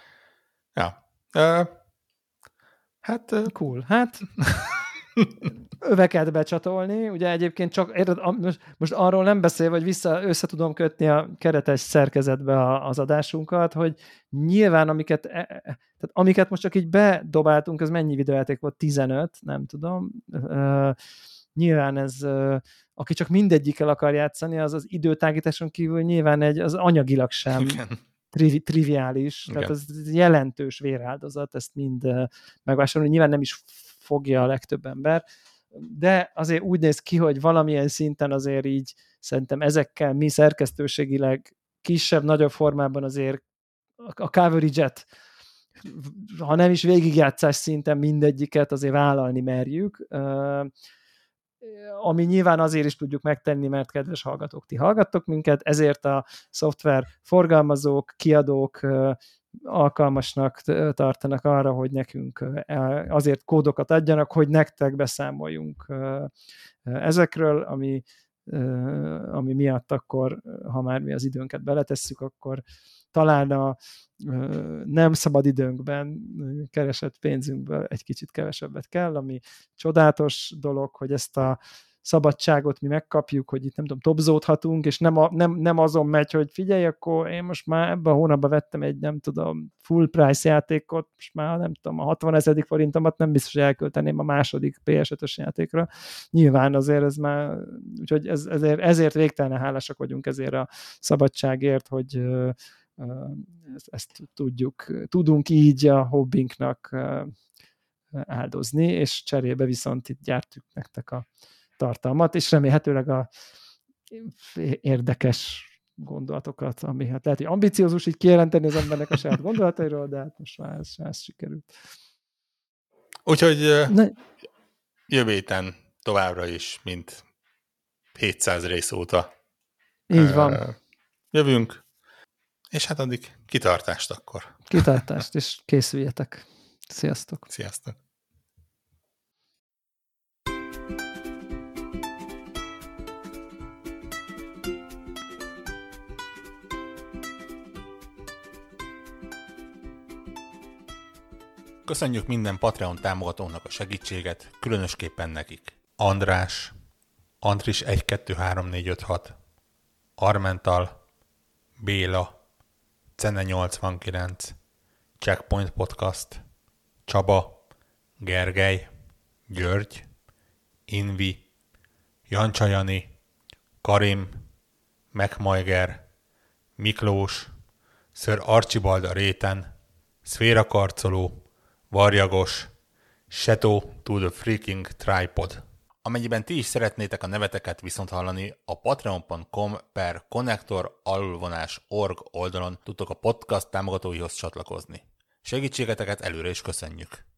Ja. Hát... Cool. Hát... öveket becsatolni, ugye egyébként csak, most arról nem beszél, vagy össze tudom kötni a keretes szerkezetbe az adásunkat, hogy nyilván tehát amiket most csak így bedobáltunk, ez mennyi videójáték volt? 15, nem tudom. Nyilván ez, aki csak mindegyikkel akar játszani, az időtágításon kívül nyilván az anyagilag sem triviális, igen. Tehát ez jelentős véráldozat, ezt mind megvásárolni, nyilván nem is fogja a legtöbb ember, de azért úgy néz ki, hogy valamilyen szinten azért így szerintem ezekkel mi szerkesztőségileg kisebb-nagyobb formában azért a coverage-et, ha nem is végigjátszás szinten mindegyiket azért vállalni merjük, ami nyilván azért is tudjuk megtenni, mert kedves hallgatók, ti hallgattok minket, ezért a szoftver forgalmazók, kiadók alkalmasnak tartanak arra, hogy nekünk azért kódokat adjanak, hogy nektek beszámoljunk ezekről, ami miatt akkor, ha már mi az időnket beletesszük, akkor talán a nem szabad időnkben keresett pénzünkből egy kicsit kevesebbet kell, ami csodálatos dolog, hogy ezt a szabadságot mi megkapjuk, hogy itt nem tudom, topzódhatunk, és nem azon megy, hogy figyelj, akkor én most már ebben a hónapban vettem egy, nem tudom, full price játékot, most már nem tudom, a 60 000 forintomat nem biztos, hogy elkölteném a második PS5-ös játékra. Nyilván azért ez már, úgyhogy ezért végtelenül hálásak vagyunk ezért a szabadságért, hogy ezt tudunk így a hobbinknak áldozni, és cserébe viszont itt gyártjuk nektek a tartalmat, és remélhetőleg a érdekes gondolatokat, ami hát lehet, hogy ambiciózus így kijelenteni az embernek a saját gondolatairól, de hát most már ez sikerült. Úgyhogy jövő héten továbbra is, mint 700 rész óta így van. Jövünk, és hát addig kitartást akkor. Kitartást, és készüljetek. Sziasztok! Sziasztok! Köszönjük minden Patreon támogatónak a segítséget, különösképpen nekik. András, Andris 123456, Armental, Béla, Cene 89, Checkpoint Podcast, Csaba, Gergely, György, Invi, Jancsa Jani, Karim, Megmajger, Miklós, Sir Archibald a réten, Szféra Karcoló, Varjagos, Shadow to the Freaking Tripod. Amennyiben ti is szeretnétek a neveteket viszont hallani, a patreon.com/connector_org oldalon tudtok a podcast támogatóihoz csatlakozni. Segítségeteket előre is köszönjük!